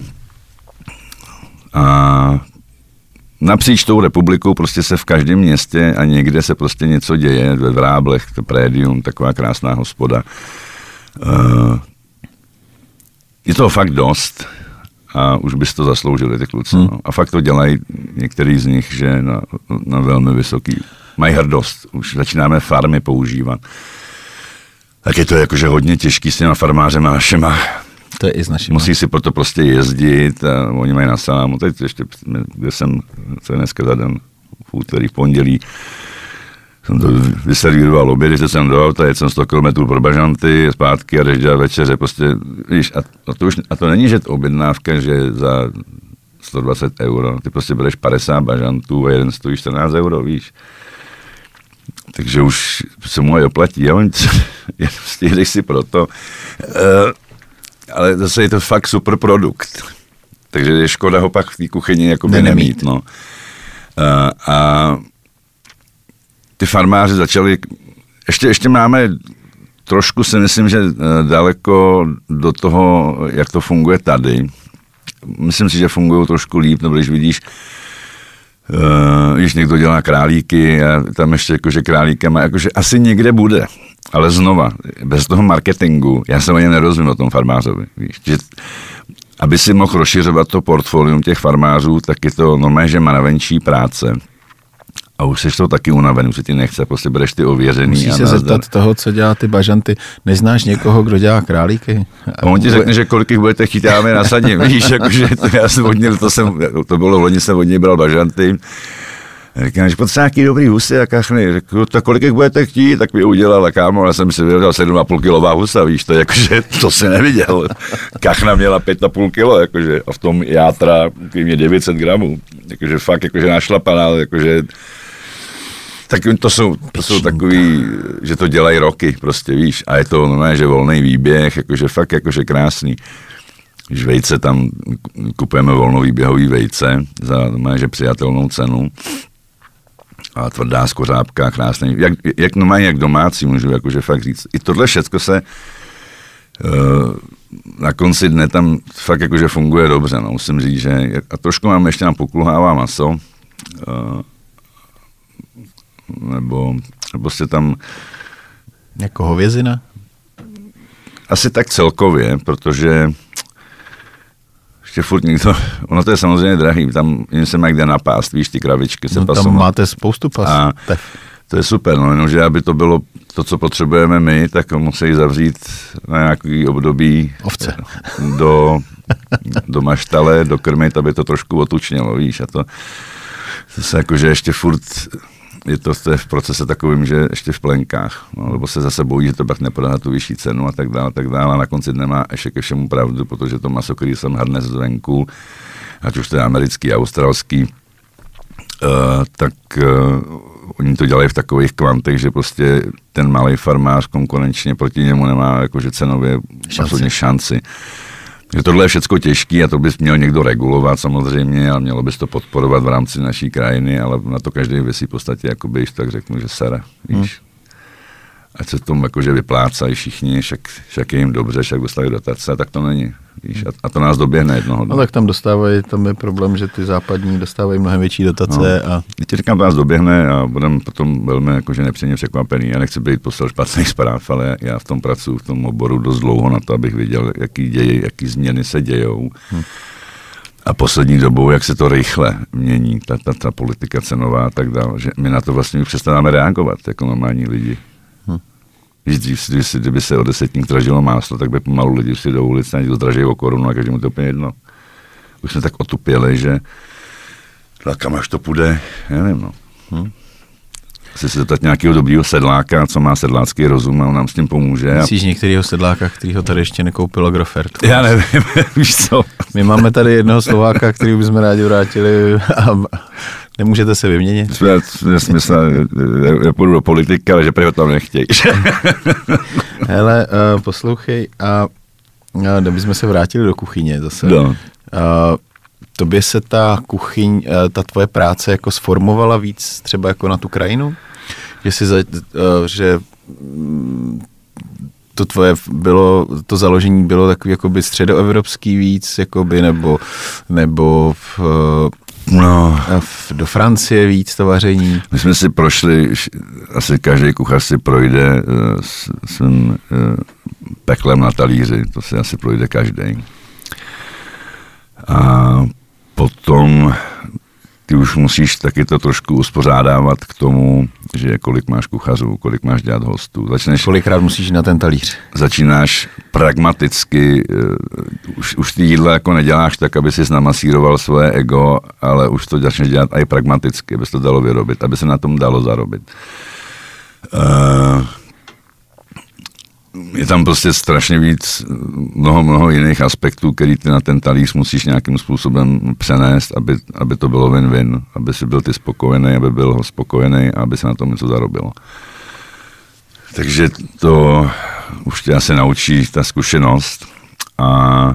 [SPEAKER 3] A napříč tou republikou prostě se v každém městě a někde se prostě něco děje, ve Vráblech, to Prédium, taková krásná hospoda. Uh, je toho fakt dost a už bys to zasloužili, ty kluci. Hmm. No. A fakt to dělají některý z nich, že na, na velmi vysoký, mají hrdost, už začínáme farmy používat. Tak je to jakože hodně těžký s těma farmářema našima,
[SPEAKER 2] To je i s našimi.
[SPEAKER 3] Musí si proto prostě jezdit a oni mají na salámu. Teď ještě, kde jsem, co je dneska za den, v úterý, v pondělí, jsem to vyservíroval oběd, když jsem do auta, jet jsem sto kilometrů pro bažanty, zpátky a jdeš dělat večeře, prostě, víš, a, a, to už, a to není, že objednávka, že za sto dvacet euro, ty prostě bereš padesát bažantů a jeden stojí čtrnáct euro, víš. Takže už se mu aj oplatí, a on jdeš si proto. Uh, ale zase je to fakt super produkt. Takže je škoda ho pak v té kuchyni jakoby nemít. nemít no. uh, a ty farmáři začali, ještě, ještě máme trošku si myslím, že daleko do toho, jak to funguje tady. Myslím si, že fungují trošku líp, nebo když vidíš, uh, když někdo dělá králíky a tam ještě jakože králíka má, jakože asi někde bude, ale znova, bez toho marketingu, já se o něm nerozumím o tom farmářovi, víš, že aby si mohl rozšiřovat to portfolium těch farmářů, tak je to normálně, že mravenčí práce. A už seš to taky unavený, už si ti nechce, prostě bereš ty ověřený.
[SPEAKER 2] Musíš
[SPEAKER 3] a
[SPEAKER 2] se
[SPEAKER 3] nazdar.
[SPEAKER 2] zeptat toho, co dělá ty bažanty. Neznáš někoho, kdo dělá králíky?
[SPEAKER 3] A on ti řekne, že kolik jich budete chtít, já mě nasadím. Víš, jakože to, já jsem od něj, to, jsem, to bylo v loni, jsem od něj bral bažanty. Říkám, že potřeba nějaký dobrý husy a kachny. Řekl, tak kolik jich budete chtít, tak mi udělal a kámo, já jsem si vydělal sedm a půl kilová husa, víš, to jakože, to si neviděl. Kachna měla pět a půl kilo, jakože, a v tom játra, který mě devět set gramů. Jakože fakt, jakože našlapaná, jakože, tak to jsou, to jsou takový, že to dělají roky, prostě víš, a je to normálně, že volný výběh, jakože fakt, jakože krásný. Když vejce tam kupujeme volnovýběhový vejce za normálně, že přijatelnou cenu a tvrdá skořápka, krásný, jak, jak normálně, jak domácí, můžu jakože fakt říct. I tohle všecko se uh, na konci dne tam fakt jakože funguje dobře, no, musím říct, že a trošku mám ještě nám pokluhává maso, uh, nebo prostě tam
[SPEAKER 2] jako hovězina?
[SPEAKER 3] Asi tak celkově, protože ještě furt nikdo, ono to je samozřejmě drahý, tam jim se má kde napást, víš, ty kravičky se
[SPEAKER 2] no,
[SPEAKER 3] pasou.
[SPEAKER 2] Tam máte spoustu pas.
[SPEAKER 3] A to je super, no, jenomže aby to bylo to, co potřebujeme my, tak musí zavřít na nějaký období
[SPEAKER 2] ovce
[SPEAKER 3] do, do maštale, dokrmit, aby to trošku otučnělo, víš, a to, to se jakože ještě furt je to v procese takovým, že ještě v plenkách, no, nebo se zase bojí, že to pak nepodá na tu vyšší cenu a tak dále, a tak dále. A na konci dne má ještě ke všemu pravdu, protože to maso, který jsem hrne zvenku, ať už to je americký, australský, uh, tak uh, oni to dělají v takových kvantech, že prostě ten malý farmář konkurenčně proti němu nemá jakože cenově absolutně šanci. Že tohle je všecko těžký a to bys měl někdo regulovat samozřejmě, ale mělo bys to podporovat v rámci naší krajiny, ale na to každý věcí v podstatě, jakoby, když tak řeknu, že sere, víš. Hmm. Ať se tomu jakože vyplácají všichni, však, však je jim dobře, však dostali dotace, tak to není, víš. A, a to nás doběhne jednoho dne.
[SPEAKER 2] No tak tam dostávají, tam je problém, že ty západní dostávají mnohem větší dotace.
[SPEAKER 3] No.
[SPEAKER 2] A...
[SPEAKER 3] Teď říkám, to nás doběhne a budeme potom velmi jakože nepříjemně překvapený. Já nechci být poslal špatných zpráv, ale já v tom pracuji, v tom oboru dost dlouho na to, abych viděl, jaký, děje, jaký změny se dějou. Hmm. A poslední dobou, jak se to rychle mění, ta, ta, ta politika cenová a tak dále, že my na to vlastně přestáváme reagovat jako normální lidi. Hmm. Víš, kdyby, kdyby se o desetník dražilo máslo, tak by pomalu lidi si do ulic, někdo draží o korunu a každému to úplně jedno. Už jsme tak otupěli, že kam až to půjde, nevím, no. Hmm. Asi se zeptat nějakého dobrýho sedláka, co má sedlácký rozum a on nám s tím pomůže.
[SPEAKER 2] Myslíš a... některýho sedláka, kterýho tady ještě nekoupil Agrofert?
[SPEAKER 3] Já nevím, víš co.
[SPEAKER 2] My máme tady jednoho Slováka, který bychom rádi vrátili a nemůžete se vyměnit.
[SPEAKER 3] Já si myslím, já půjdu do politika, ale že prý ho tam nechtějí.
[SPEAKER 2] Hele, uh, poslouchej, a uh, kdybychom se vrátili do kuchyně zase.
[SPEAKER 3] No.
[SPEAKER 2] Uh, Tobě se ta kuchyň, ta tvoje práce jako sformovala víc třeba jako na tu krajinu? Že si, za, že to tvoje bylo, to založení bylo takový jakoby středoevropský víc, jakoby, nebo, nebo v, no. v, do Francie víc to vaření?
[SPEAKER 3] My jsme si prošli, asi každý kuchař si projde s, svým peklem na talíři, to si asi projde každý. A potom, ty už musíš taky to trošku uspořádávat k tomu, že kolik máš kuchařů, kolik máš dělat hostů. Začneš,
[SPEAKER 2] Kolikrát musíš na ten talíř?
[SPEAKER 3] Začínáš pragmaticky, uh, už, už ty jídla jako neděláš tak, aby si namasíroval svoje ego, ale už to začneš dělat i pragmaticky, aby se to dalo vyrobit, aby se na tom dalo zarobit. Uh, je tam prostě strašně víc, mnoho, mnoho jiných aspektů, který ty na ten talíř musíš nějakým způsobem přenést, aby, aby to bylo win-win, aby si byl ty spokojený, aby byl ho spokojený a aby se na tom něco zarobilo. Takže to už tě asi naučí ta zkušenost a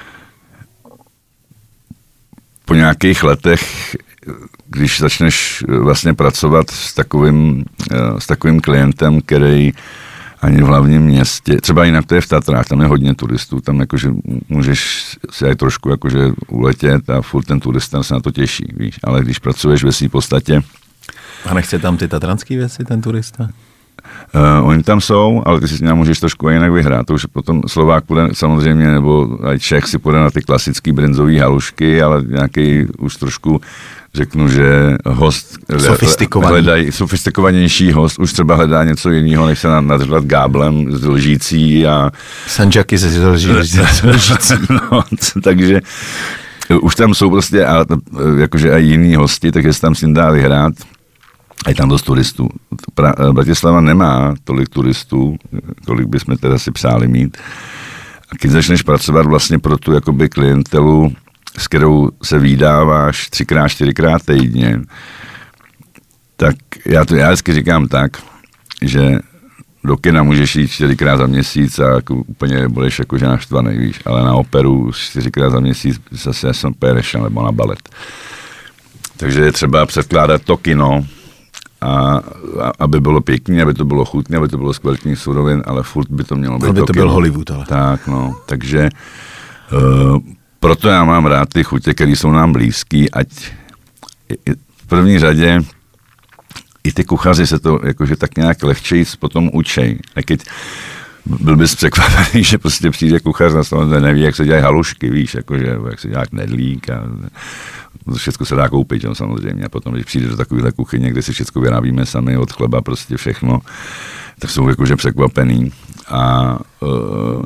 [SPEAKER 3] po nějakých letech, když začneš vlastně pracovat s takovým, s takovým klientem, který ani v hlavním městě, třeba jinak to je v Tatrách, tam je hodně turistů, tam jakože můžeš si aj trošku jakože uletět a furt ten turista se na to těší, víš, ale když pracuješ ve svý podstatě.
[SPEAKER 2] A nechce tam ty tatranský věci, ten turista?
[SPEAKER 3] Uh, oni tam jsou, ale ty si s ním můžeš trošku jinak vyhrát. To už potom Slovák půjde samozřejmě, nebo aj Čech si půjde na ty klasické brinzové halušky, ale nějaký už trošku řeknu, že host hledají, sofistikovanější host už třeba hledá něco jiného, než se nadřvat gáblem z lžící a
[SPEAKER 2] sanžaky se lžící.
[SPEAKER 3] No, takže už tam jsou prostě a, jakože i jiní hosti, takže se tam s tím dá vyhrát. A je tam dost turistů. Pra, Bratislava nemá tolik turistů, kolik bychom teda si přáli mít. A když začneš pracovat vlastně pro tu jakoby klientelu, s kterou se vídáváš třikrát, čtyřikrát týdně, tak já to já vždycky říkám tak, že do kina můžeš jít čtyřikrát za měsíc a jako úplně budeš jakože naštvaný, víš, ale na operu čtyřikrát za měsíc zase jsem perešel nebo na balet. Takže je třeba předkládat to kino, a, a aby bylo pěkný, aby to bylo chutné, aby to bylo z kvalitních surovin, ale furt by to mělo být
[SPEAKER 2] aby
[SPEAKER 3] to,
[SPEAKER 2] to
[SPEAKER 3] kino.
[SPEAKER 2] byl Hollywood, ale.
[SPEAKER 3] Tak, no, takže uh, proto já mám rád ty chutě, které jsou nám blízký, ať v první řadě i ty kuchaři se to jakože tak nějak lehčej potom učej. A keď byl bys překvapený, že prostě přijde kuchař na stole, neví, jak se dělají halušky, víš, jakože, jak se dělá knedlík a všechno se dá koupit, jo, samozřejmě. A potom, když přijde do takovéhle kuchyně, kde si všechno vyrábíme sami od chleba, prostě všechno, tak jsou jakože překvapený. A uh,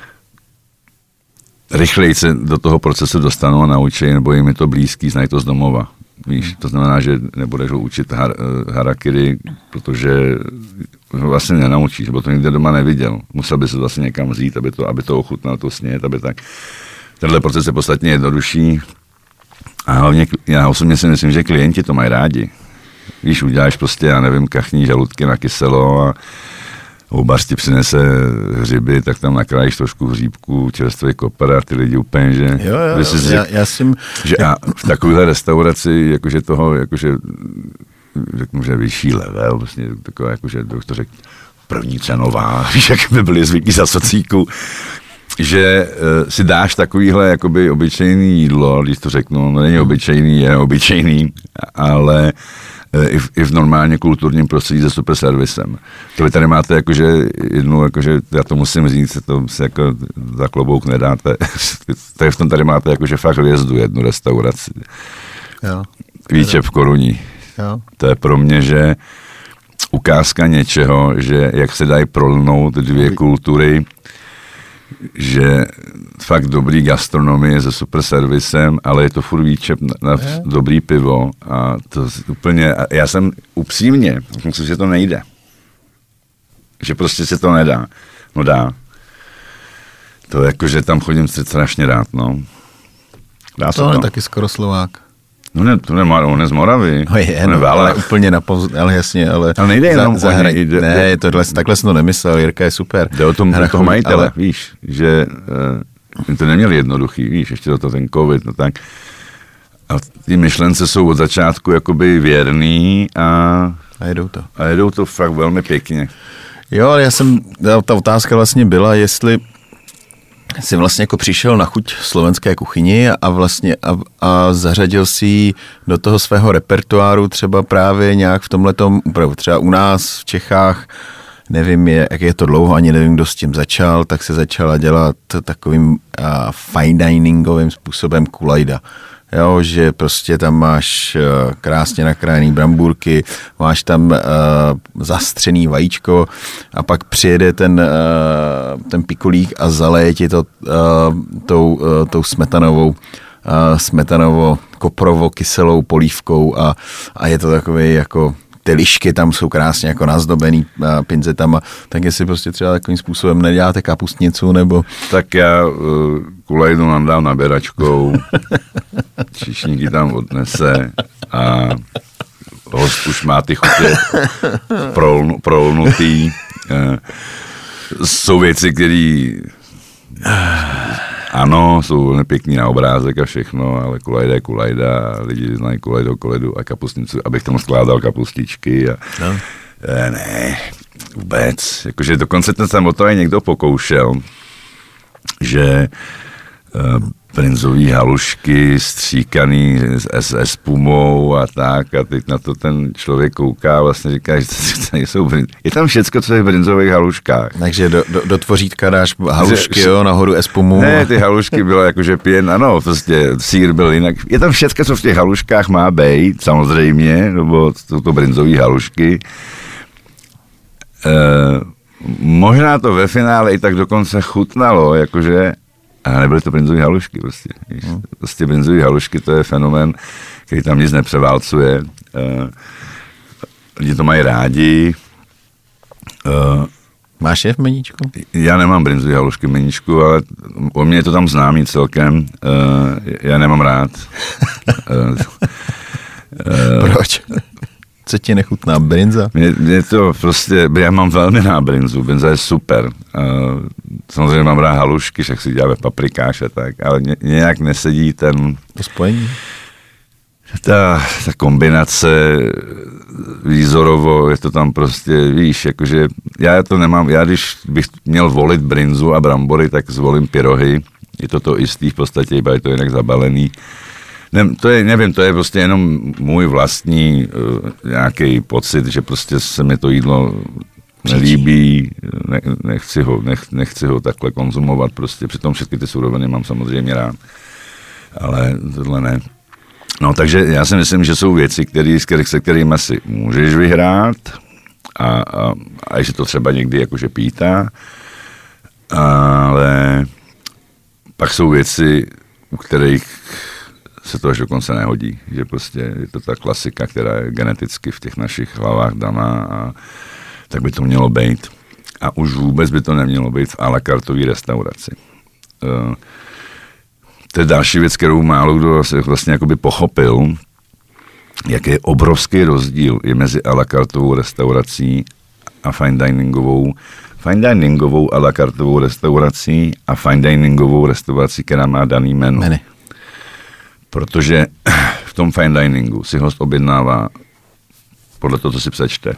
[SPEAKER 3] rychleji se do toho procesu dostanou a naučí, nebo jim je to blízký, znají to z domova. Víš, to znamená, že nebudeš ho učit har, harakiri, protože ho vlastně nenaučíš, nebo to nikde doma neviděl. Musel by se vlastně někam vzít, aby to, aby to ochutnal, to snět, aby tak. Tenhle proces je podstatně jednodušší. A hlavně já osobně si myslím, že klienti to mají rádi. Víš, uděláš prostě, já nevím, kachní žaludky na kyselo a houbař ti přinese hřiby, tak tam nakrájíš trošku hříbku, čerstvý kopr a ty lidi úplně, že...
[SPEAKER 2] Jo, jo, jo
[SPEAKER 3] řek,
[SPEAKER 2] já, já jsem...
[SPEAKER 3] Že a v takovéhle restauraci, jakože toho, jakože, řeknu, že vyšší level, vlastně takové, jakože, to řekl, první cenová, víš, jak by byli zvyklí za socíku, že uh, si dáš takovýhle jakoby obyčejný jídlo, když to řeknu, no není obyčejný, je obyčejný, ale uh, i, v, i v normálně kulturním prostředí se super servisem. To vy tady máte jakože jednu, jakože já to musím říct, to se jako za klobouk nedáte, tady v tom tady máte jakože fakt hvězdu jednu restauraci.
[SPEAKER 2] Jo.
[SPEAKER 3] Výčep v Koruní.
[SPEAKER 2] Jo. To
[SPEAKER 3] je pro mě, že ukázka něčeho, že jak se dají prolnout dvě kultury, že fakt dobrý gastronomie se super servisem, ale je to furt výčep na, na dobrý pivo a to úplně, a já jsem upřímně, myslím, že to nejde. Že prostě se to nedá. No dá. To jako, že tam chodím strašně rád, no. Dá
[SPEAKER 2] to je taky skoro Slovák.
[SPEAKER 3] No ne, to nemá, on je z Moravy.
[SPEAKER 2] No je, no, ale úplně na poz... ale jasně, ale...
[SPEAKER 3] Ale nejde jenom
[SPEAKER 2] za, za jde, ne, tohle, takhle jsem to nemyslel, Jirka je super.
[SPEAKER 3] Jde o tom, toho majitele, ale... víš, že uh, to neměli jednoduchý, víš, ještě do toho ten covid, no tak. A ty myšlence jsou od začátku jakoby věrný a...
[SPEAKER 2] A jedou to.
[SPEAKER 3] A jedou to fakt velmi pěkně.
[SPEAKER 2] Jo, ale já jsem, ta otázka vlastně byla, jestli jsi vlastně jako přišel na chuť slovenské kuchyni a vlastně a, a zařadil si ji do toho svého repertoáru třeba právě nějak v tomhletom, třeba u nás v Čechách, nevím, jak je to dlouho, ani nevím, kdo s tím začal, tak se začala dělat takovým a, fine diningovým způsobem kulajda. jo, že prostě tam máš uh, krásně nakrájený brambůrky, máš tam uh, zastřený vajíčko a pak přijede ten, uh, ten pikolík a zaleje ti to uh, tou, uh, tou smetanovou uh, smetanovo koprovo kyselou polívkou a, a je to takový jako ty lišky tam jsou krásně jako nazdobený uh, pinzetama, tak jestli prostě třeba takovým způsobem neděláte kapustnicu, nebo...
[SPEAKER 3] Tak já uh, kulajdu nadám naběračkou, číšníky tam odnese a host už má ty chutě prolnu, prolnutý. Uh, jsou věci, které ano, jsou velmi pěkný na obrázek a všechno, ale kulajda je kulajda a lidi znají kulajdu, kulajdu a kapustnicu, abych tomu skládal kapustičky a no. e, ne, vůbec. Jakože dokonce ten jsem o to aj někdo pokoušel, že e, brinzový halušky stříkaný s, s, s pumou a tak a teď na to ten člověk kouká a vlastně říká, že to jsou brin... Je tam všecko, co je v brinzových haluškách.
[SPEAKER 2] Takže do, do, do tvořítka dáš halušky, že, jo, nahoru espumu.
[SPEAKER 3] Ne, ty halušky bylo jakože pěn, ano, prostě sír byl jinak. Je tam všecko, co v těch haluškách má být, samozřejmě, nebo jsou to brinzový halušky. E, možná to ve finále i tak dokonce chutnalo, jakože a nebyly to brinzové halušky prostě. Hmm. Prostě brinzové halušky, to je fenomén, který tam nic nepřeválcuje. Uh, lidi to mají rádi. Uh,
[SPEAKER 2] Máš je v meníčku?
[SPEAKER 3] Já nemám brinzové halušky v meníčku, ale o mě je to tam známý celkem. Uh, já nemám rád. uh,
[SPEAKER 2] uh, Proč? Co ti nechutná brinza?
[SPEAKER 3] Mě, mě to prostě, já mám velmi rád brinzu, brinza je super. Uh, samozřejmě mám rád halušky, však si děláme paprikáš a tak, ale ně, nějak nesedí ten...
[SPEAKER 2] To spojení?
[SPEAKER 3] Ta, ta kombinace výzorovo, je to tam prostě, víš, jakože já to nemám, já když bych měl volit brinzu a brambory, tak zvolím pyrohy. Je to to istý v podstatě, iba je to jinak zabalený. Ne, to je, nevím, to je prostě jenom můj vlastní uh, nějaký pocit, že prostě se mi to jídlo nelíbí, ne, nechci, ho, nech, nechci ho takhle konzumovat, prostě přitom všechny ty suroviny mám samozřejmě rád, ale tohle ne. No takže já si myslím, že jsou věci, který, se kterými si můžeš vyhrát a, a, a že to třeba někdy jakože pítá, ale pak jsou věci, u kterých se to až dokonce nehodí, že prostě je to ta klasika, která je geneticky v těch našich hlavách daná a tak by to mělo být. A už vůbec by to nemělo být v à la cartové restauraci. Uh, to je další věc, kterou málo kdo vlastně jakoby pochopil, jaký je obrovský rozdíl je mezi à la cartovou restaurací a fine diningovou, fine diningovou à la cartovou restaurací a fine diningovou restaurací, která má daný menu. Menu. Protože v tom fine diningu si host objednává podle toho, co si přečte.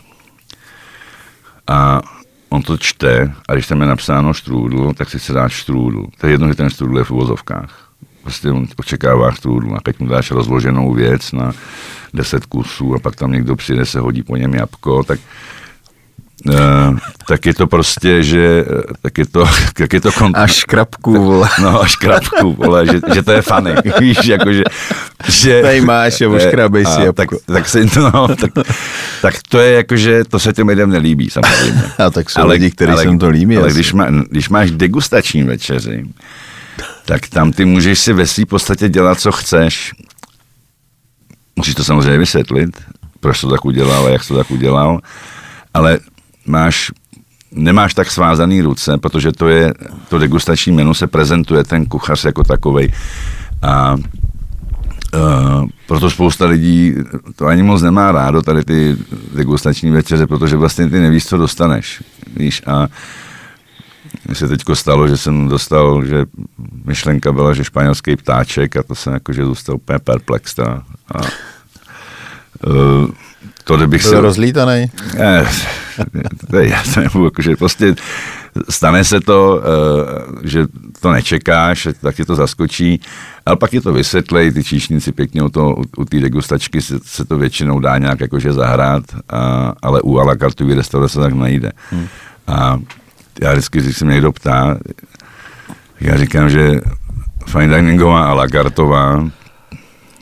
[SPEAKER 3] A on to čte a když tam je napsáno štrůdl, tak si se dá štrůdl. To je jedno, že ten štrůdl je v uvozovkách. Prostě on očekává štrůdl a teď mu dáš rozloženou věc na deset kusů a pak tam někdo přijde, se hodí po něm jabko, tak Uh, tak je to prostě, že tak je to, jak je to kont-
[SPEAKER 2] až škrabku, vole.
[SPEAKER 3] No, až škrabku, vole, že, že to je funny, víš, jakože, že...
[SPEAKER 2] Tady máš a oškrabej si
[SPEAKER 3] tak, tak, si, no, tak, tak to je jakože, to se těm lidem nelíbí, samozřejmě.
[SPEAKER 2] A tak jsou ale, lidi, kteří se to líbí.
[SPEAKER 3] Ale když, má, když máš degustační večeři, tak tam ty můžeš si ve svý podstatě dělat, co chceš. Musíš to samozřejmě vysvětlit, proč to tak udělal a jak to tak udělal, ale máš, nemáš tak svázaný ruce, protože to je, to degustační menu se prezentuje ten kuchař jako takovej a uh, proto spousta lidí to ani moc nemá rádo, tady ty degustační večeře, protože vlastně ty nevíš, co dostaneš, víš, a mně se teďko stalo, že jsem dostal, že myšlenka byla, že španělský ptáček a to jsem jakože zůstal úplně perplex a, a uh, to, kdybych
[SPEAKER 2] byl
[SPEAKER 3] se...
[SPEAKER 2] rozlítanej?
[SPEAKER 3] Ne, to je, já to nebudu, jakože prostě stane se to, že to nečekáš, tak ti to zaskočí, ale pak je to vysvětlej, ty číšníci pěkně u, to, u té degustačky se, se to většinou dá nějak jakože zahrát, a, ale u à la cartové restaurace tak nejde. Hmm. A já vždycky, když se mě někdo ptá, já říkám, že fine diningová à la cartová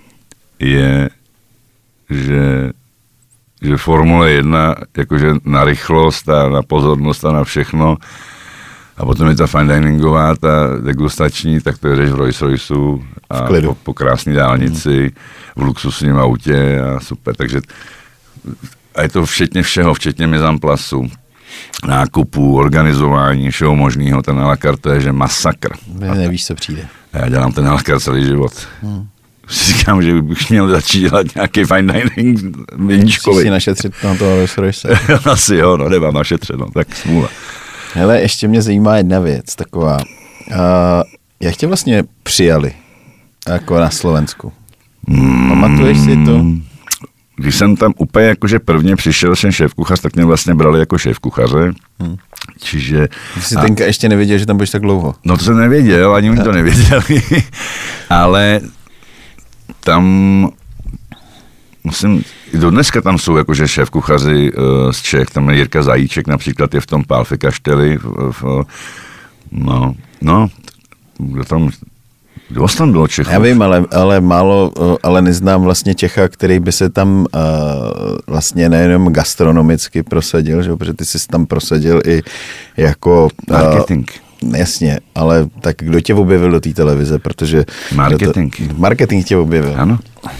[SPEAKER 3] je, že, že Formule jedna, jakože na rychlost a na pozornost a na všechno, a potom je ta fine diningová, ta degustační, tak to jedeš v Rolls Royceu a po, po krásné dálnici, v luxusním autě a super, takže a je to včetně všeho, včetně mizamplasu, nákupů, organizování, všeho možného, ten à la carte je, že masakr.
[SPEAKER 2] Nevíš, co přijde.
[SPEAKER 3] Já dělám ten à la carte celý život. Hmm. Si říkám, že bych měl začít dělat nějaký fine dining viničkový.
[SPEAKER 2] Musíš si našetřit na toho Rolls Royce.
[SPEAKER 3] Asi jo, no nemám našetřit, no, tak smůla.
[SPEAKER 2] Hele, ještě mě zajímá jedna věc, taková. Uh, jak tě vlastně přijali jako na Slovensku? Hmm. Pamatuješ si to?
[SPEAKER 3] Když jsem tam úplně jakože prvně přišel jsem šéfkuchař, tak mě vlastně brali jako šéfkuchaře. Hmm. Čiže...
[SPEAKER 2] Ty jsi a... tenka ještě nevěděl, že tam budeš tak dlouho.
[SPEAKER 3] No to jsem nevěděl, ani oni to nevěděli. Ale tam musím, i do dneska tam jsou jakože šéfkuchaři uh, z Čech, tam je Jirka Zajíček například, je v tom Pálfy Kaštely. V, v, no, no, kdo tam... Kdo tam bylo Čechů?
[SPEAKER 2] Já vím, ale, ale málo, ale neznám vlastně Čecha, který by se tam uh, vlastně nejenom gastronomicky prosadil, že? Protože ty jsi tam prosadil i jako... Uh,
[SPEAKER 3] marketing.
[SPEAKER 2] Jasně, ale tak kdo tě objevil do té televize, protože...
[SPEAKER 3] Marketing.
[SPEAKER 2] To, marketing tě objevil.
[SPEAKER 3] Ano.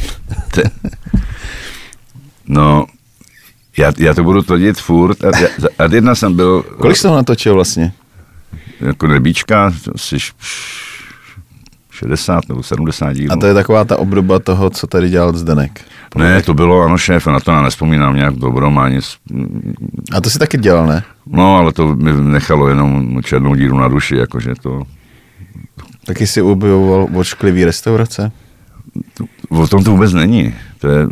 [SPEAKER 3] No, já, já to budu tvrdit furt. A, a jedna jsem byl...
[SPEAKER 2] Kolik jsi toho natočil vlastně?
[SPEAKER 3] Jako nebíčka, asi šedesát nebo sedmdesát dílů.
[SPEAKER 2] A to je taková ta obdoba toho, co tady dělal Zdeněk.
[SPEAKER 3] Ne, to bylo, ano, šéf, na to já nespomínám nějak dobrom ani...
[SPEAKER 2] A to si taky dělal, ne?
[SPEAKER 3] No, ale to mi nechalo jenom černou díru na duši, jakože to...
[SPEAKER 2] Taky si objevoval ošklivý restaurace?
[SPEAKER 3] O tom to vůbec není. To je...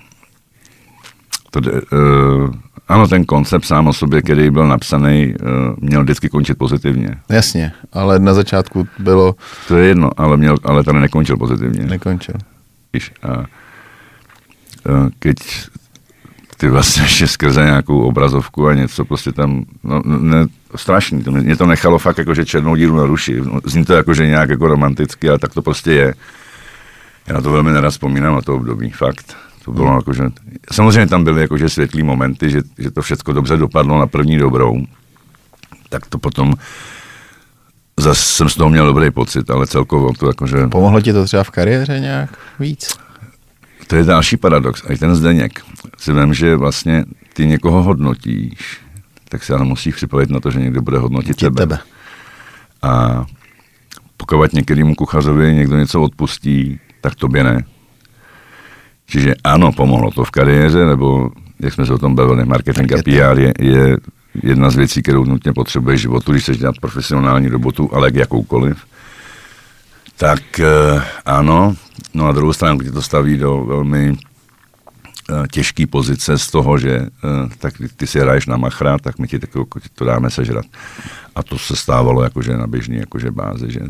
[SPEAKER 3] To je uh, ano, ten koncept sám o sobě, který byl napsaný, uh, měl vždycky končit pozitivně.
[SPEAKER 2] Jasně, ale na začátku bylo...
[SPEAKER 3] To je jedno, ale, měl, ale ten nekončil pozitivně.
[SPEAKER 2] Nekončil.
[SPEAKER 3] Víš, a uh, keď ty vlastně ještě skrze nějakou obrazovku a něco prostě tam, no, ne, strašný, to mě, mě to nechalo fakt jakože černou díru na duši. No, zní to jakože nějak jako romanticky, ale tak to prostě je. Já na to velmi nerad vzpomínám, na to období, fakt. To bylo hmm. jakože, samozřejmě tam byly jakože světlý momenty, že, že to všechno dobře dopadlo na první dobrou. Tak to potom zase jsem z toho měl dobrý pocit, ale celkově to jakože...
[SPEAKER 2] Pomohlo ti to třeba v kariéře nějak víc?
[SPEAKER 3] To je další paradox. A i ten Zdeněk. Si vím, že vlastně ty někoho hodnotíš, tak si ale musíš připravit na to, že někdo bude hodnotit tebe. tebe. A pokud některýmu kuchařovi někdo něco odpustí, tak tobě ne. Čiže ano, pomohlo to v kariéře, nebo jak jsme se o tom bavili, marketing a P R je, je jedna z věcí, kterou nutně potřebuješ životu, když chceš dělat profesionální robotu, ale jakoukoliv. Tak ano, no a druhou stranu tě to staví do velmi uh, těžké pozice z toho, že uh, tak ty si hraješ na machra, tak my ti takovou, to dáme sežrat. A to se stávalo jakože na běžný jakože bázi, že,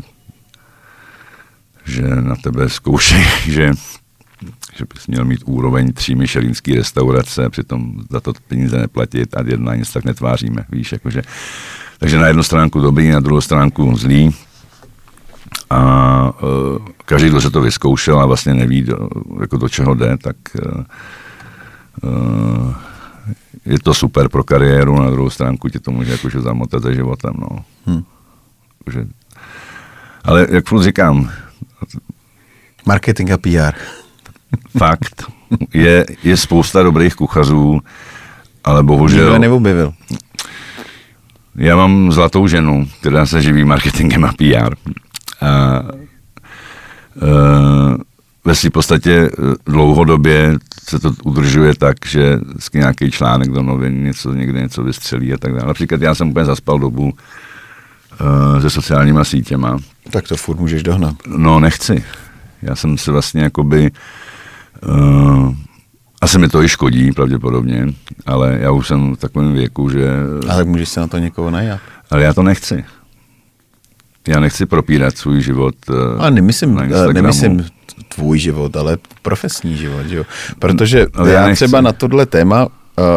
[SPEAKER 3] že na tebe zkoušej, že, že bys měl mít úroveň tří michelinský restaurace, přitom za to peníze neplatit a jedna nic tak netváříme, víš, jakože. Takže na jednu stránku dobrý, na druhou stránku zlý. A uh, každý, kdo se to vyzkoušel a vlastně neví, do, jako do čeho jde, tak uh, uh, je to super pro kariéru, na druhou stránku ti to může jakože zamotat za životem. No. Hmm. Jakože, ale jak furt říkám...
[SPEAKER 2] Marketing a P R.
[SPEAKER 3] Fakt. Je, je spousta dobrých kuchařů, ale bohužel...
[SPEAKER 2] Nikdo neobjevil.
[SPEAKER 3] Já mám zlatou ženu, která se živí marketingem a P R. A uh, ve své podstatě dlouhodobě se to udržuje tak, že vždycky nějaký článek do novin, něco, někde něco vystřelí a tak dále. Například já jsem úplně zaspal dobu uh, se sociálníma sítěma.
[SPEAKER 2] Tak to furt můžeš dohnat.
[SPEAKER 3] No, nechci. Já jsem se vlastně jakoby... Uh, asi mi to i škodí pravděpodobně, ale já už jsem v takovém věku, že...
[SPEAKER 2] Ale můžeš se na to někoho najat.
[SPEAKER 3] Ale já to nechci. Já nechci propírat svůj život.
[SPEAKER 2] Ale nemyslím, nemyslím tvůj život, ale profesní život, jo. Protože no, já, já třeba na tohle téma, uh,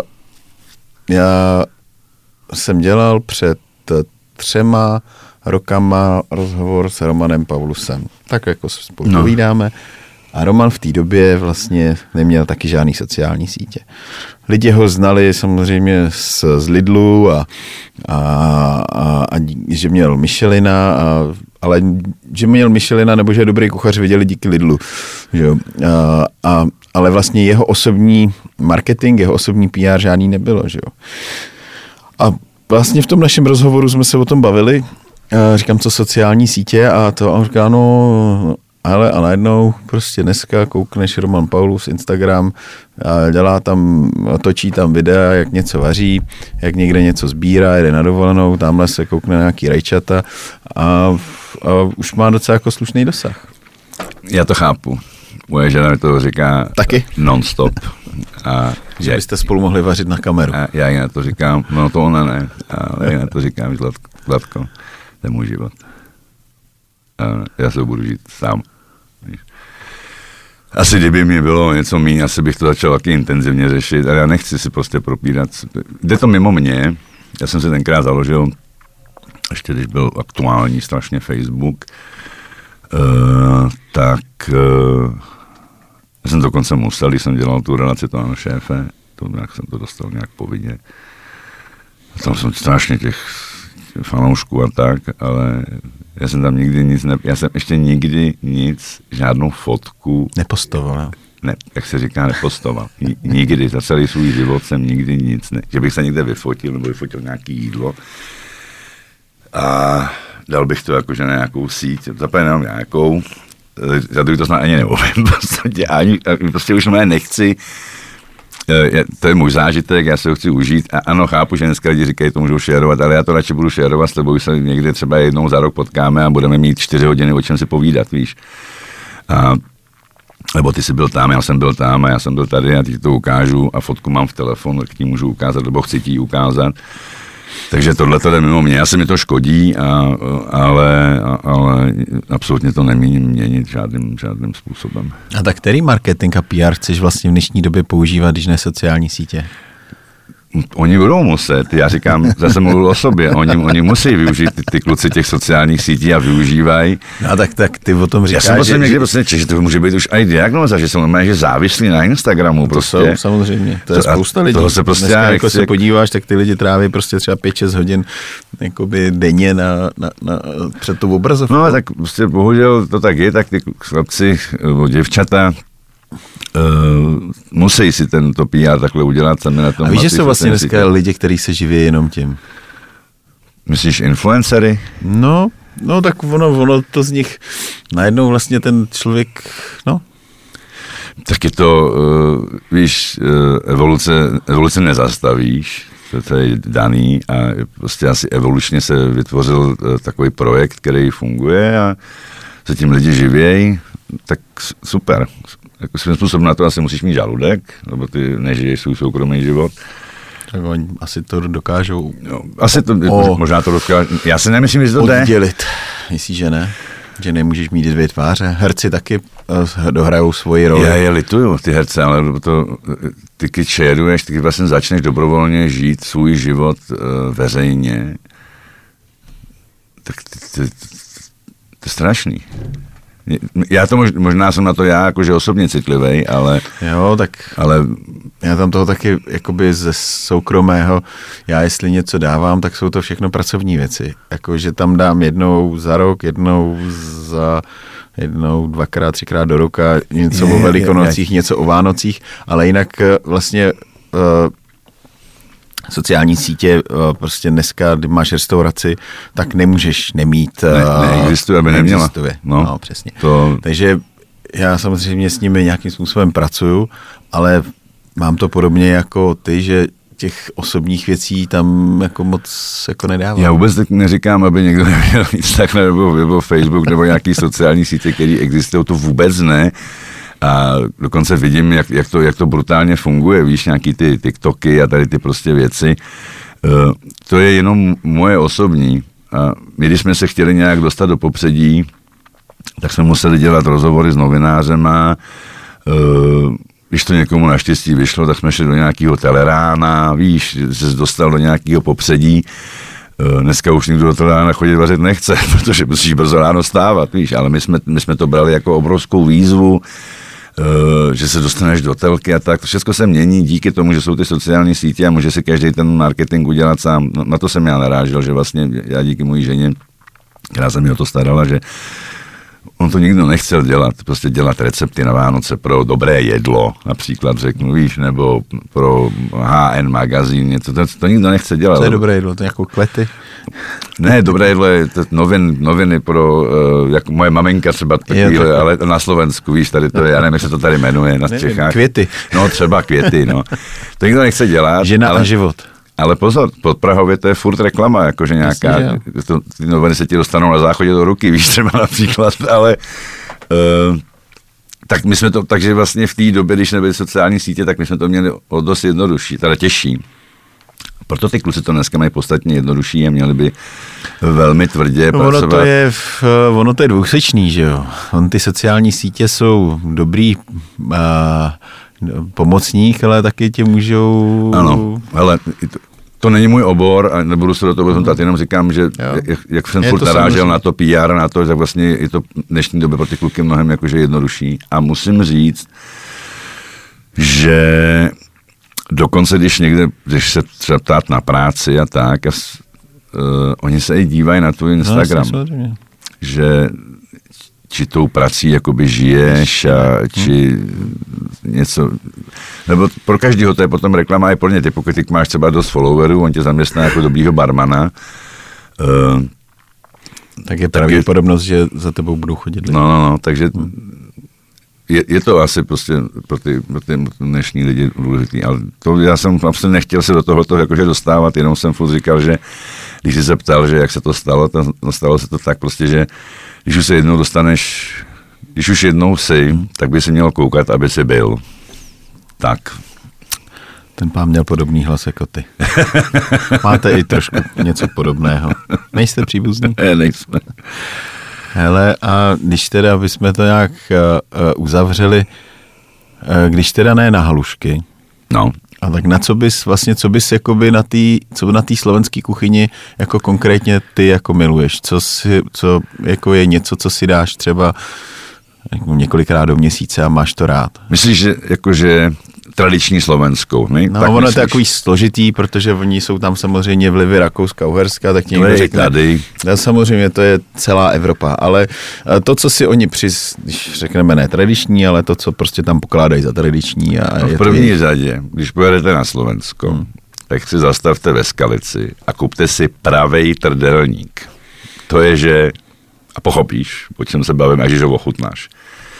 [SPEAKER 2] já jsem dělal před třema rokama rozhovor s Romanem Pavlusem. Tak jako spolu povídáme. A Roman v té době vlastně neměl taky žádný sociální sítě. Lidi ho znali samozřejmě z, z Lidlu a, a, a, a že měl Michelina, a, ale že měl Michelina nebo že je dobrý kuchař viděli díky Lidlu. Že jo? A, a, ale vlastně jeho osobní marketing, jeho osobní P R žádný nebylo. Že jo? A vlastně v tom našem rozhovoru jsme se o tom bavili. A říkám, co sociální sítě a to a on říká, no ale a najednou prostě dneska koukneš Roman Paulus Instagram a dělá tam, točí tam videa, jak něco vaří, jak někde něco sbírá, jede na dovolenou, tamhle se koukne na nějaký rajčata a, a už má docela jako slušný dosah.
[SPEAKER 3] Já to chápu. Moje žena mi to říká
[SPEAKER 2] taky
[SPEAKER 3] non-stop. A
[SPEAKER 2] že byste spolu mohli vařit na kameru.
[SPEAKER 3] A já jí na to říkám, no to ona ne, ale já na to říkám, Zlatko, to je můj život. A já se ho budu žít sám. Asi kdyby mě bylo něco méně, asi bych to začal taky intenzivně řešit, ale já nechci si prostě propírat. Jde to mimo mě, já jsem se tenkrát založil, ještě když byl aktuální strašně Facebook, uh, tak uh, já jsem dokonce musel, když jsem dělal tu relaci toho šéfe, to nějak jsem to dostal nějak povinně. Tam jsem strašně těch fanoušků a tak, ale já jsem tam nikdy nic, ne, já jsem ještě nikdy nic, žádnou fotku
[SPEAKER 2] nepostoval.
[SPEAKER 3] Ne, jak se říká, nepostoval. Nikdy, za celý svůj život jsem nikdy nic, ne, že bych se někde vyfotil nebo vyfotil nějaké jídlo a dal bych to jakože na nějakou síť, zapojenám nějakou, za druhý to snad ani neumím, prostě, ani, prostě už mě nechci. To je můj zážitek, já se ho chci užít a ano, chápu, že dneska lidi říkají, to můžou šerovat, ale já to radši budu šerovat s tebou, už se někde třeba jednou za rok potkáme a budeme mít čtyři hodiny o čem si povídat, víš. A, nebo ty jsi byl tam, já jsem byl tam a já jsem byl tady a ti to ukážu a fotku mám v telefonu, tak ti můžu ukázat, nebo chci ti ukázat. Takže tohle to jde mimo mě, asi mi to škodí, a, ale, a, ale absolutně to nemíním měnit žádným, žádným způsobem.
[SPEAKER 2] A tak který marketing a P R chceš vlastně v dnešní době používat, když ne sociální sítě?
[SPEAKER 3] Oni budou muset, já říkám, zase mluvil o sobě, oni, oni musí využít ty, ty kluci těch sociálních sítí a využívají.
[SPEAKER 2] No tak, tak ty o tom říkáš.
[SPEAKER 3] Já jsem prostě
[SPEAKER 2] že,
[SPEAKER 3] někdy prostě češ, že to může být už i diagnoza, že jsem že závislý na Instagramu.
[SPEAKER 2] To
[SPEAKER 3] prostě.
[SPEAKER 2] jsou samozřejmě, to je spousta lidí.
[SPEAKER 3] Toho se prostě
[SPEAKER 2] dneska,
[SPEAKER 3] já,
[SPEAKER 2] jako se
[SPEAKER 3] jak...
[SPEAKER 2] podíváš, tak ty lidi tráví prostě třeba pět šest hodin jakoby denně na, na, na, před tou obrazovkou.
[SPEAKER 3] No tak prostě bohužel to tak je, tak ty chlapci, děvčata, Uh, musí si tento P R takhle udělat sami na tom.
[SPEAKER 2] A víš, že jsou vlastně dneska lidi, kteří se živí jenom tím?
[SPEAKER 3] Myslíš influencery?
[SPEAKER 2] No, no tak ono, ono to z nich najednou vlastně ten člověk, no.
[SPEAKER 3] Tak je to, uh, víš, uh, evoluce, evoluce nezastavíš, to, to je daný a prostě asi evolučně se vytvořil uh, takový projekt, který funguje a se tím lidi živějí, tak super. Jako svým způsobem na to asi musíš mít žaludek, nebo ty nežiješ svůj soukromý život.
[SPEAKER 2] Tak oni asi to dokážou.
[SPEAKER 3] No, asi to, o, možná to dokážou. Já si nemyslím, že to jde.
[SPEAKER 2] Oddělit. Myslíš, že ne? Že nemůžeš mít dvě tváře. Herci taky uh, dohrajou svoji roli.
[SPEAKER 3] Já je lituju, ty herce, ale to, ty když šeruješ, ty vlastně začneš dobrovolně žít svůj život uh, veřejně, tak to je strašný. Já to možná, možná jsem na to já jakože osobně citlivý, ale...
[SPEAKER 2] Jo, tak ale já tam toho taky jakoby ze soukromého, já jestli něco dávám, tak jsou to všechno pracovní věci. Jakože tam dám jednou za rok, jednou za... jednou, dvakrát, třikrát do roka, něco je, o Velikonocích, je, je. něco o Vánocích, ale jinak vlastně... Uh, sociální sítě, prostě dneska, kdy máš restauraci, tak nemůžeš nemít...
[SPEAKER 3] Ne, neexistuje, aby neměla.
[SPEAKER 2] Neexistuje, no, no přesně.
[SPEAKER 3] To...
[SPEAKER 2] Takže já samozřejmě s nimi nějakým způsobem pracuju, ale mám to podobně jako ty, že těch osobních věcí tam jako moc jako nedávám.
[SPEAKER 3] Já vůbec tak neříkám, aby někdo neměl Instagram nebo, nebo Facebook nebo nějaký sociální sítě, které existují, to vůbec ne. A dokonce vidím, jak, jak, to, jak to brutálně funguje, víš, nějaký ty TikToky a tady ty prostě věci. Uh, to je jenom moje osobní. A my, když jsme se chtěli nějak dostat do popředí, tak jsme museli dělat rozhovory s novinářema. Uh, když to někomu naštěstí vyšlo, tak jsme šli do nějakého Telerána, víš, se dostal do nějakého popředí. Uh, dneska už nikdo do Telerána chodit vařit nechce, protože musíš brzo ráno stávat, víš, ale my jsme, my jsme to brali jako obrovskou výzvu. uh, že se dostaneš do telky a tak. To všechno se mění díky tomu, že jsou ty sociální sítě a může si každý ten marketing udělat sám. No, na to jsem já narážel, že vlastně já díky mojí ženě, která se mi o to starala, že on to nikdo nechcel dělat, prostě dělat recepty na Vánoce pro dobré jedlo, například řeknu, víš, nebo pro há en magazín, něco, to, to nikdo nechce dělat.
[SPEAKER 2] To je dobré jedlo, to je jako klety.
[SPEAKER 3] Ne, dobré jedlo je to novin, noviny pro, uh, jak moje maminka třeba takovýhle, ale na Slovensku, víš, tady to je, já nevím, jak se to tady jmenuje, na
[SPEAKER 2] Nevím,
[SPEAKER 3] Čechách.
[SPEAKER 2] Květy.
[SPEAKER 3] No, třeba květy, no. To nikdo nechce dělat.
[SPEAKER 2] Žena
[SPEAKER 3] ale,
[SPEAKER 2] a život.
[SPEAKER 3] Ale pozor, pod Prahově to je furt reklama, jakože nějaká,
[SPEAKER 2] Jasně,
[SPEAKER 3] to, ty noviny se ti dostanou na záchodě do ruky, víš, třeba například, ale uh, tak my jsme to, takže vlastně v té době, když nebyly sociální sítě, tak my jsme to měli o dost jednodušší, teda těžší. Proto ty kluci to dneska mají podstatně jednodušší a měli by velmi tvrdě
[SPEAKER 2] no,
[SPEAKER 3] pracovat.
[SPEAKER 2] Ono to je, v, ono to je dvousečný, že jo. On ty sociální sítě jsou dobrý uh, pomocník, ale taky tě můžou...
[SPEAKER 3] Ano, ale to, to není můj obor a nebudu se do toho vezmout, jenom říkám, že jak, jak jsem
[SPEAKER 2] je
[SPEAKER 3] furt
[SPEAKER 2] to
[SPEAKER 3] narážel
[SPEAKER 2] samozřejmě
[SPEAKER 3] na to P R, na to, tak vlastně je to v dnešní době pro ty kluky mnohem jakože jednodušší. A musím říct, že dokonce, když někde, když se třeba ptát na práci a tak, a, uh, oni se i dívají na tvůj Instagram, no, že či tou prací jakoby žiješ a či něco, nebo pro každého to je potom reklama, je pro ně, ty pokud ty máš třeba dost followerů, on tě zaměstná jako dobrýho barmana, uh,
[SPEAKER 2] tak je pravděpodobnost, že za tebou budou chodit lidi.
[SPEAKER 3] No, no, no, takže je, je to asi prostě pro ty, pro ty dnešní lidi důležitý, ale to já jsem vlastně nechtěl se do tohoto jakože dostávat, jenom jsem furt říkal, že když jsi se ptal, že jak se to stalo, to stalo se to tak prostě, že když už se jednou dostaneš, když už jednou jsi, tak by si měl koukat, aby si byl. Tak.
[SPEAKER 2] Ten pán měl podobný hlas jako ty. Máte i trošku něco podobného. Nejste příbuzní?
[SPEAKER 3] Ne, nejsme.
[SPEAKER 2] Hele, a když teda bychom to nějak uh, uh, uzavřeli, uh, když teda ne na halušky,
[SPEAKER 3] no.
[SPEAKER 2] A tak na co bys vlastně, co bys jakoby na té, co na té slovenské kuchyni jako konkrétně ty jako miluješ? Co si, co jako je něco, co si dáš třeba jako několikrát do měsíce a máš to rád?
[SPEAKER 3] Myslíš, že jakože tradiční slovenskou, ne?
[SPEAKER 2] No,
[SPEAKER 3] tak
[SPEAKER 2] ono
[SPEAKER 3] myslíš?
[SPEAKER 2] to je takový složitý, protože oni jsou tam samozřejmě vlivy Rakouska, Uherska, tak někdo
[SPEAKER 3] je
[SPEAKER 2] řekne,
[SPEAKER 3] tady.
[SPEAKER 2] No, samozřejmě to je celá Evropa, ale to, co si oni přis, když řekneme ne tradiční, ale to, co prostě tam pokládají za tradiční. A
[SPEAKER 3] no, v
[SPEAKER 2] je
[SPEAKER 3] první
[SPEAKER 2] to...
[SPEAKER 3] řadě, když pojedete na Slovensko, hmm. tak si zastavte ve Skalici a kupte si pravej trdelník. To je, že, a pochopíš, o čem se bavím, až ho ochutnáš.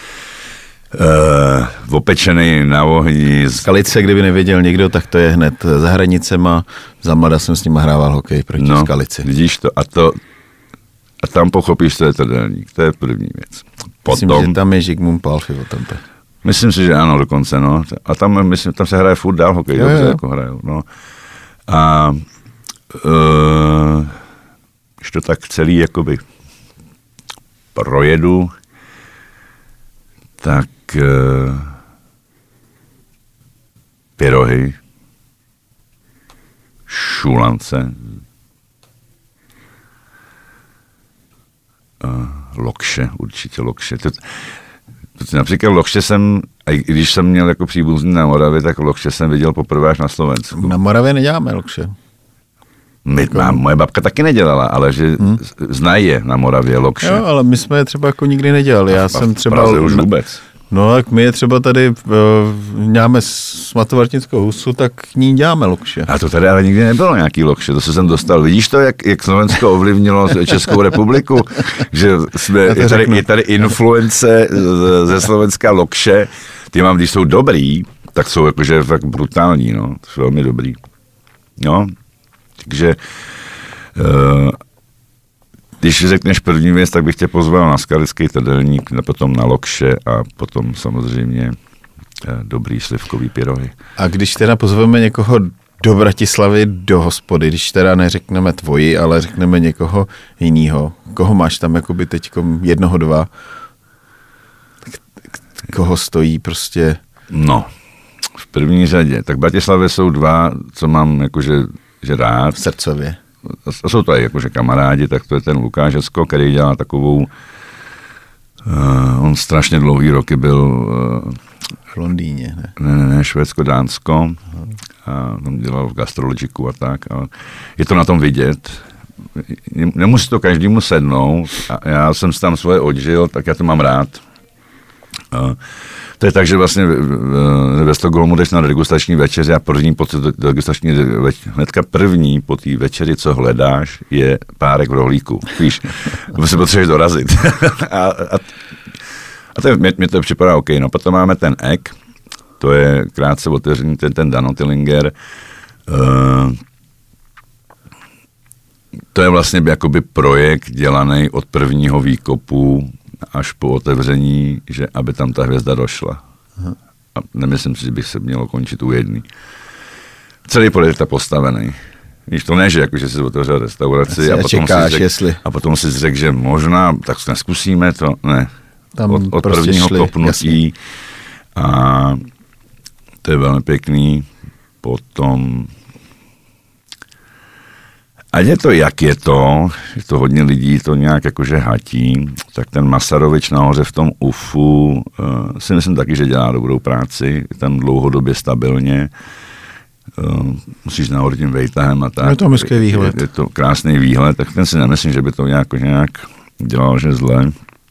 [SPEAKER 3] Uh, opečený na ohni.
[SPEAKER 2] Skalice, kdyby nevěděl někdo, tak to je hned za hranicema. Za mlada jsem s nima hrával hokej proti
[SPEAKER 3] no,
[SPEAKER 2] Skalici.
[SPEAKER 3] Vidíš to a, to a tam pochopíš, to je trdelník. To je první věc.
[SPEAKER 2] Potom, myslím, že tam je Žigmund Palfi o tamto.
[SPEAKER 3] Myslím si, že ano, dokonce, no. A tam, myslím, tam se hraje furt dál hokej, jo, dobře, jo. Jako hrajou, no. A uh, když to tak celý, jakoby projedu, tak uh, pyrohy, šulance, uh, lokše, určitě lokše. To, to, například lokše jsem, i když jsem měl jako příbuzný na Moravě, tak lokše jsem viděl poprvé až na Slovensku.
[SPEAKER 2] Na Moravě neděláme lokše.
[SPEAKER 3] My, jako... má, moje babka taky nedělala, ale že hmm. znají je na Moravě lokše.
[SPEAKER 2] Jo, ale my jsme je třeba jako nikdy nedělali. Já a jsem třeba...
[SPEAKER 3] Praze už vůbec.
[SPEAKER 2] No, tak my je třeba tady uh, děláme Svatomartinskou husu, tak k ní děláme lokše.
[SPEAKER 3] A to tady ale nikdy nebylo nějaký lokše, to se jsem dostal. Vidíš to, jak, jak Slovensko ovlivnilo Českou republiku? Že jsme, je, tady, je tady influence ze Slovenska lokše, ty mám, když jsou dobrý, tak jsou jakože fakt brutální, no, to jsou velmi dobrý. No, takže uh, když řekneš první věc, tak bych tě pozval na skalický trdelník, potom na lokše a potom samozřejmě uh, dobrý slivkový pyrohy. A
[SPEAKER 2] když teda pozveme někoho do Bratislavy do hospody, když teda neřekneme tvoji, ale řekneme někoho jiného, koho máš tam jakoby teďko jednoho, dva, koho stojí prostě?
[SPEAKER 3] No, v první řadě, tak v Bratislavě jsou dva, co mám jakože že rád.
[SPEAKER 2] V srdcově.
[SPEAKER 3] A jsou to i jakože kamarádi, tak to je ten Lukáš Hecko, který dělá takovou Uh, on strašně dlouhý roky byl uh,
[SPEAKER 2] v Londýně, ne?
[SPEAKER 3] Ne, ne, ne, Švédsko, Dánsko. A tam dělal v gastrologiku a tak. A je to na tom vidět. Nemusí to každému sednout. A já jsem si tam svoje odžil, tak já to mám rád. A to je tak, že vlastně ve Stockholmu jdeš na degustační večeři a první po té degustační večeři, hnedka první po té večeři, co hledáš, je párek v rohlíku. Víš, se potřebuješ dorazit. a, a, a to je, mě, mě to připadá OK. No potom máme ten egg, to je krátce otevřený, ten, ten Danotillinger. Uh, to je vlastně jakoby projekt dělaný od prvního výkopu až po otevření, že aby tam ta hvězda došla. Aha. A nemyslím si, že bych se mělo končit u jedný. Celý projekt je postavený. Víš, to ne, že, jako, že jsi otevřel restauraci a potom,
[SPEAKER 2] čekáš,
[SPEAKER 3] si řek,
[SPEAKER 2] jestli...
[SPEAKER 3] a potom si řekl, že možná, tak neskusíme to. Ne.
[SPEAKER 2] Tam
[SPEAKER 3] od, od
[SPEAKER 2] prostě
[SPEAKER 3] prvního
[SPEAKER 2] šli,
[SPEAKER 3] kopnutí. Jasný. A to je velmi pěkný. Potom... A je to, jak je to, je to hodně lidí to nějak jakože hatí, tak ten Masarovič nahoře v tom U F U uh, si myslím taky, že dělá dobrou práci, je tam dlouhodobě stabilně, uh, musíš nahoře tím vejtahem a tak.
[SPEAKER 2] Je to hezký výhled.
[SPEAKER 3] Je, je to krásný výhled, tak ten si nemyslím, že by to nějak, nějak dělal, že zle.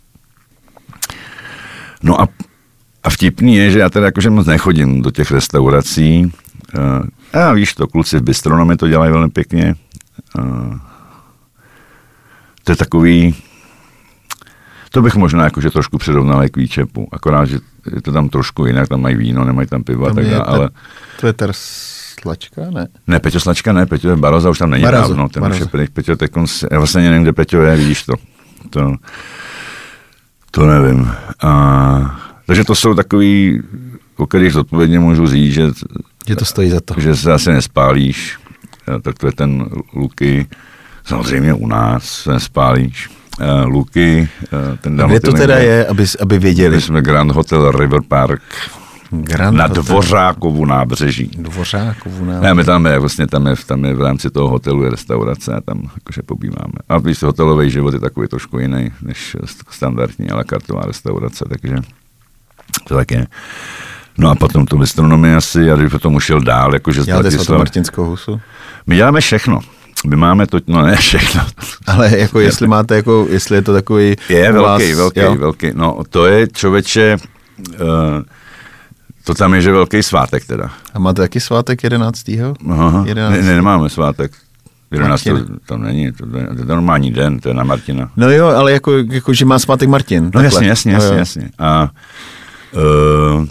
[SPEAKER 3] No a, a vtipný je, že já teda jakože moc nechodím do těch restaurací, uh, a víš to, kluci v Bistronomii to dělají velmi pěkně. Uh, to je takový, to bych možná jakože trošku přirovnal k Výčepu, akorát, že je to tam trošku jinak, tam mají víno, nemají tam pivo a tak dále, ale...
[SPEAKER 2] To je ter Slačka, ne?
[SPEAKER 3] Ne, Peťo Slačka ne, Peťo je Baroza, už tam není
[SPEAKER 2] Barazo,
[SPEAKER 3] dávno, ten
[SPEAKER 2] Barazo.
[SPEAKER 3] už je Peťo, tak on, já vlastně nevím, kde Peťo je, vidíš to, to, to nevím. A, takže to jsou takový, o kterých odpovědně můžu říct, že...
[SPEAKER 2] Že to stojí za to.
[SPEAKER 3] Že se asi nespálíš. Tak to je ten Luky, samozřejmě u nás se nespálíš. Uh, Luky, uh, ten
[SPEAKER 2] Kde to teda je, aby, aby věděli?
[SPEAKER 3] My jsme Grand Hotel River Park
[SPEAKER 2] Grand
[SPEAKER 3] na
[SPEAKER 2] Hotel.
[SPEAKER 3] Dvořákovu nábřeží.
[SPEAKER 2] Dvořákovu nábřeží.
[SPEAKER 3] Ne, my tam je, vlastně tam je, tam je v rámci toho hotelu je restaurace a tam jakože pobýváme. A víš, hotelový život je takový trošku jiný než standardní à la cartová restaurace, takže to tak je. No a potom to Bistronomii asi, a když potom už šel dál, jakože z
[SPEAKER 2] Děláte svatomartinskou husu?
[SPEAKER 3] My děláme všechno. My máme to, no ne všechno.
[SPEAKER 2] Ale jako jestli máte, jako, jestli je to takový...
[SPEAKER 3] Je velký,
[SPEAKER 2] vás,
[SPEAKER 3] velký,
[SPEAKER 2] jo?
[SPEAKER 3] velký. No to je člověče, uh, to tam je, že velký svátek teda.
[SPEAKER 2] A máte taky svátek jedenáctého?
[SPEAKER 3] Aha,
[SPEAKER 2] jedenáctého.
[SPEAKER 3] Ne, ne, nemáme svátek. jedenáctého
[SPEAKER 2] Martin.
[SPEAKER 3] tam není, to je, to je normální den, to je na Martina.
[SPEAKER 2] No jo, ale jako, jako že má svátek Martin.
[SPEAKER 3] No
[SPEAKER 2] takhle.
[SPEAKER 3] jasně, jasně,
[SPEAKER 2] No,
[SPEAKER 3] jasně,
[SPEAKER 2] jo.
[SPEAKER 3] jasně. A uh,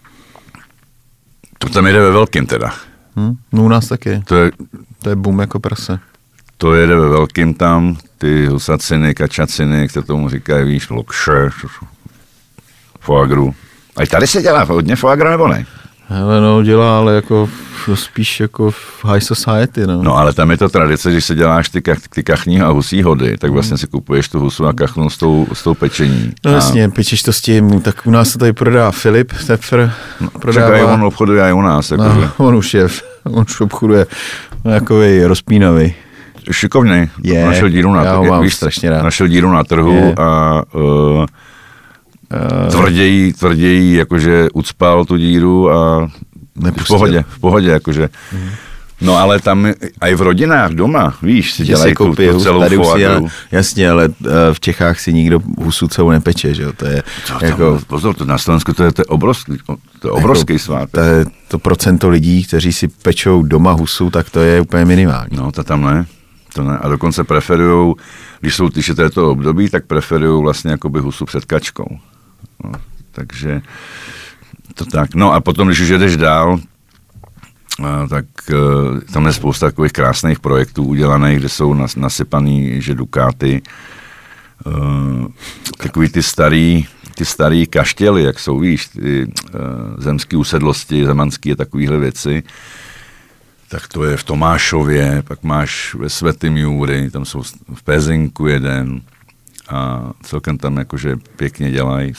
[SPEAKER 3] to tam jede ve velkým teda.
[SPEAKER 2] Hm? No u nás taky.
[SPEAKER 3] To je,
[SPEAKER 2] To je boom jako prase.
[SPEAKER 3] to jede ve velkým tam, ty husaciny, kačaciny, jak se tomu říkají, víš, lokše, foie gras. A i tady se dělá hodně foie gras, nebo ne?
[SPEAKER 2] Hele, no, dělá, ale jako spíš jako v high society, no.
[SPEAKER 3] No ale tam je to tradice, když se děláš ty, kach, ty kachní a husí hody, tak vlastně si kupuješ tu husu a kachnu s tou, s tou pečení.
[SPEAKER 2] No
[SPEAKER 3] a,
[SPEAKER 2] jasně, pečeš to s tím, tak u nás to tady prodá Filip Tepfer,
[SPEAKER 3] no,
[SPEAKER 2] prodává.
[SPEAKER 3] čekaj, on obchoduje i u nás. Jako
[SPEAKER 2] No, on už je, on už obchoduje takovej rozpínavý.
[SPEAKER 3] Šikovný,
[SPEAKER 2] Je,
[SPEAKER 3] našel díru na
[SPEAKER 2] já ho
[SPEAKER 3] trhu,
[SPEAKER 2] mám
[SPEAKER 3] víš,
[SPEAKER 2] strašně rád.
[SPEAKER 3] našel díru na trhu
[SPEAKER 2] Je.
[SPEAKER 3] a uh, tvrději, tvrději, jakože ucpal tu díru a v
[SPEAKER 2] Nepustil.
[SPEAKER 3] pohodě, v pohodě, jakože. Mm. No ale tam i v rodinách doma, víš, si
[SPEAKER 2] Že
[SPEAKER 3] dělají
[SPEAKER 2] si
[SPEAKER 3] tu,
[SPEAKER 2] koupí
[SPEAKER 3] tu
[SPEAKER 2] hus,
[SPEAKER 3] celou
[SPEAKER 2] tady už si,
[SPEAKER 3] foie
[SPEAKER 2] ale,
[SPEAKER 3] gras.
[SPEAKER 2] jasně, ale uh, v Čechách si nikdo husu celou nepeče, že jo, to je
[SPEAKER 3] To, to,
[SPEAKER 2] jako...
[SPEAKER 3] pozor, to na Slovensku to je, to je obrovský, to je obrovský
[SPEAKER 2] jako,
[SPEAKER 3] svátek.
[SPEAKER 2] To, je to procento lidí, kteří si pečou doma husu, tak to je úplně minimální.
[SPEAKER 3] No, to tam ne. To ne. A dokonce preferujou, když jsou když je to, je to období, tak preferujou vlastně jakoby husu před kačkou. No, takže to tak. No a potom, když už jedeš dál, a, tak uh, tam je spousta takových krásných projektů udělaných, kde jsou nas, nasypaný, že dukáty, uh, takový ty starý, ty starý kaštěly, jak jsou, víš, ty uh, zemské usedlosti, zemanský a takovýhle věci. Tak to je v Tomášově, pak máš ve Svatým Júri, tam jsou v Pezinku jeden a celkem tam jakože pěkně dělají.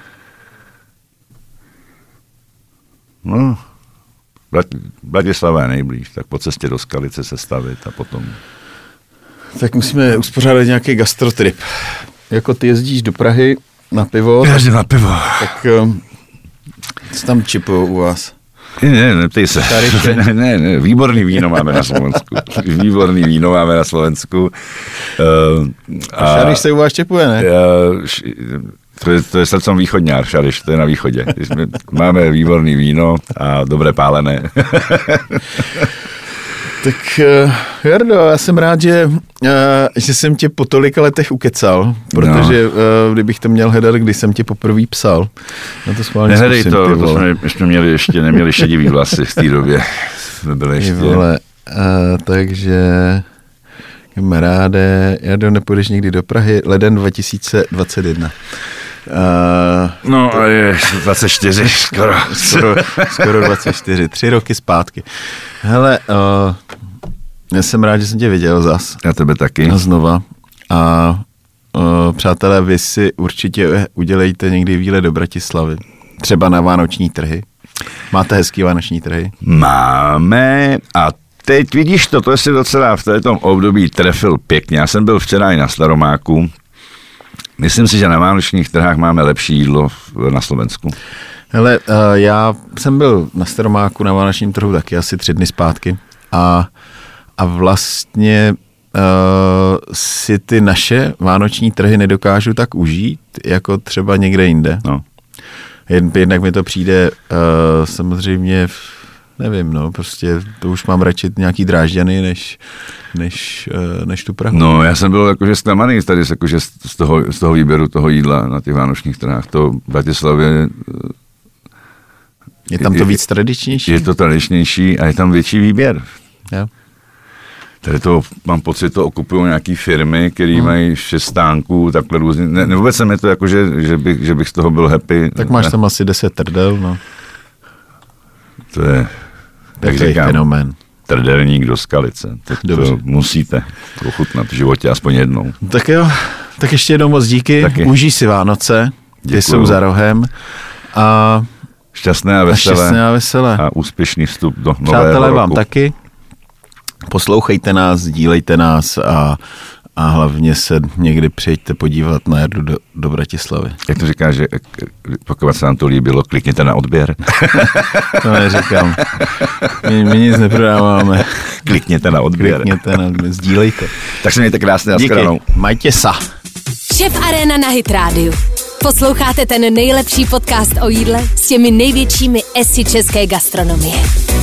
[SPEAKER 3] No, Bratislava je nejblíž, tak po cestě do Skalice se stavit a potom...
[SPEAKER 2] Tak musíme uspořádat nějaký gastrotrip. Jako ty jezdíš do Prahy, na pivo.
[SPEAKER 3] Já jdu na pivo.
[SPEAKER 2] Tak co tam čipujou u vás?
[SPEAKER 3] Ne, ne, neptej se. Ne, ne, ne, výborný víno máme na Slovensku. Výborný víno máme na Slovensku. Uh,
[SPEAKER 2] a Šariš se u vás čepuje, ne?
[SPEAKER 3] Uh, to je, to je srdcom východňár, Šariš, to je na východě. Máme výborný víno a dobré pálené.
[SPEAKER 2] Tak Jardo, já jsem rád, že, že jsem tě po tolika letech ukecal, protože no. Kdybych to měl hledat, když jsem tě poprvé psal. Na to schválně
[SPEAKER 3] Nehledej
[SPEAKER 2] zkusím,
[SPEAKER 3] to, to jsme, jsme měli ještě, neměli šedivý vlasy v té době. Jsme byli ještě.
[SPEAKER 2] Vole, uh, takže kamaráde, Jardo, nepůjdeš někdy do Prahy, leden dva tisíce dvacet jedna.
[SPEAKER 3] Uh, no a je dvacet čtyři, skoro.
[SPEAKER 2] skoro, skoro dvacet čtyři, tři roky zpátky. Hele, uh, já jsem rád, že jsem tě viděl zas.
[SPEAKER 3] Já tebe taky.
[SPEAKER 2] A znova. A uh, přátelé, vy si určitě udělejte někdy výlet do Bratislavy. Třeba na vánoční trhy. Máte hezký vánoční trhy?
[SPEAKER 3] Máme a teď vidíš to, to si docela v tom období trefil pěkně. Já jsem byl včera i na Staromáku. Myslím si, že na vánočních trhách máme lepší jídlo na Slovensku.
[SPEAKER 2] Hele, uh, já jsem byl na Staromáku na vánočním trhu taky asi tři dny zpátky a, a vlastně uh, si ty naše vánoční trhy nedokážu tak užít, jako třeba někde jinde.
[SPEAKER 3] No.
[SPEAKER 2] Jednak mi to přijde uh, samozřejmě, nevím, no, prostě to už mám radši nějaký Drážďany, než, než, uh, než tu Prahu.
[SPEAKER 3] No, já jsem byl jakože zklamaný tady jakože z toho, z toho výběru toho jídla na těch vánočních trhách. To v Bratislavě
[SPEAKER 2] je tam to víc tradičnější?
[SPEAKER 3] Je to tradičnější a je tam větší výběr.
[SPEAKER 2] Jo.
[SPEAKER 3] Tady to, mám pocit, to okupují nějaký firmy, které hmm. mají šest stánků, takhle různě. Ne, ne, vůbec se mi to jako, že, že, bych, že bych z toho byl happy.
[SPEAKER 2] Tak máš ne. tam asi deset trdel, no.
[SPEAKER 3] To je, tak
[SPEAKER 2] to
[SPEAKER 3] říkám,
[SPEAKER 2] je fenomén.
[SPEAKER 3] Trdelník do Skalice. Tak to musíte ochutnat v životě aspoň jednou.
[SPEAKER 2] Tak jo, tak ještě jednou moc díky. Taky. Užij si Vánoce, ty Děkuju. Jsou za rohem. A
[SPEAKER 3] šťastné a veselé.
[SPEAKER 2] A šťastné a veselé.
[SPEAKER 3] A úspěšný vstup do nového
[SPEAKER 2] Přátelé
[SPEAKER 3] roku.
[SPEAKER 2] Vám taky. Poslouchejte nás, sdílejte nás a, a hlavně se někdy přijďte podívat na Jardu do, do Bratislavy.
[SPEAKER 3] Jak to říkáš, že pokud se nám to líbilo, klikněte na odběr.
[SPEAKER 2] To neříkám. My, my nic neprodáváme.
[SPEAKER 3] Klikněte na odběr.
[SPEAKER 2] Klikněte na odběr, sdílejte.
[SPEAKER 3] Tak se mějte krásně.
[SPEAKER 2] Díky, majte sa.
[SPEAKER 1] Šéf Aréna na Hit rádiu. Posloucháte ten nejlepší podcast o jídle s těmi největšími esy české gastronomie.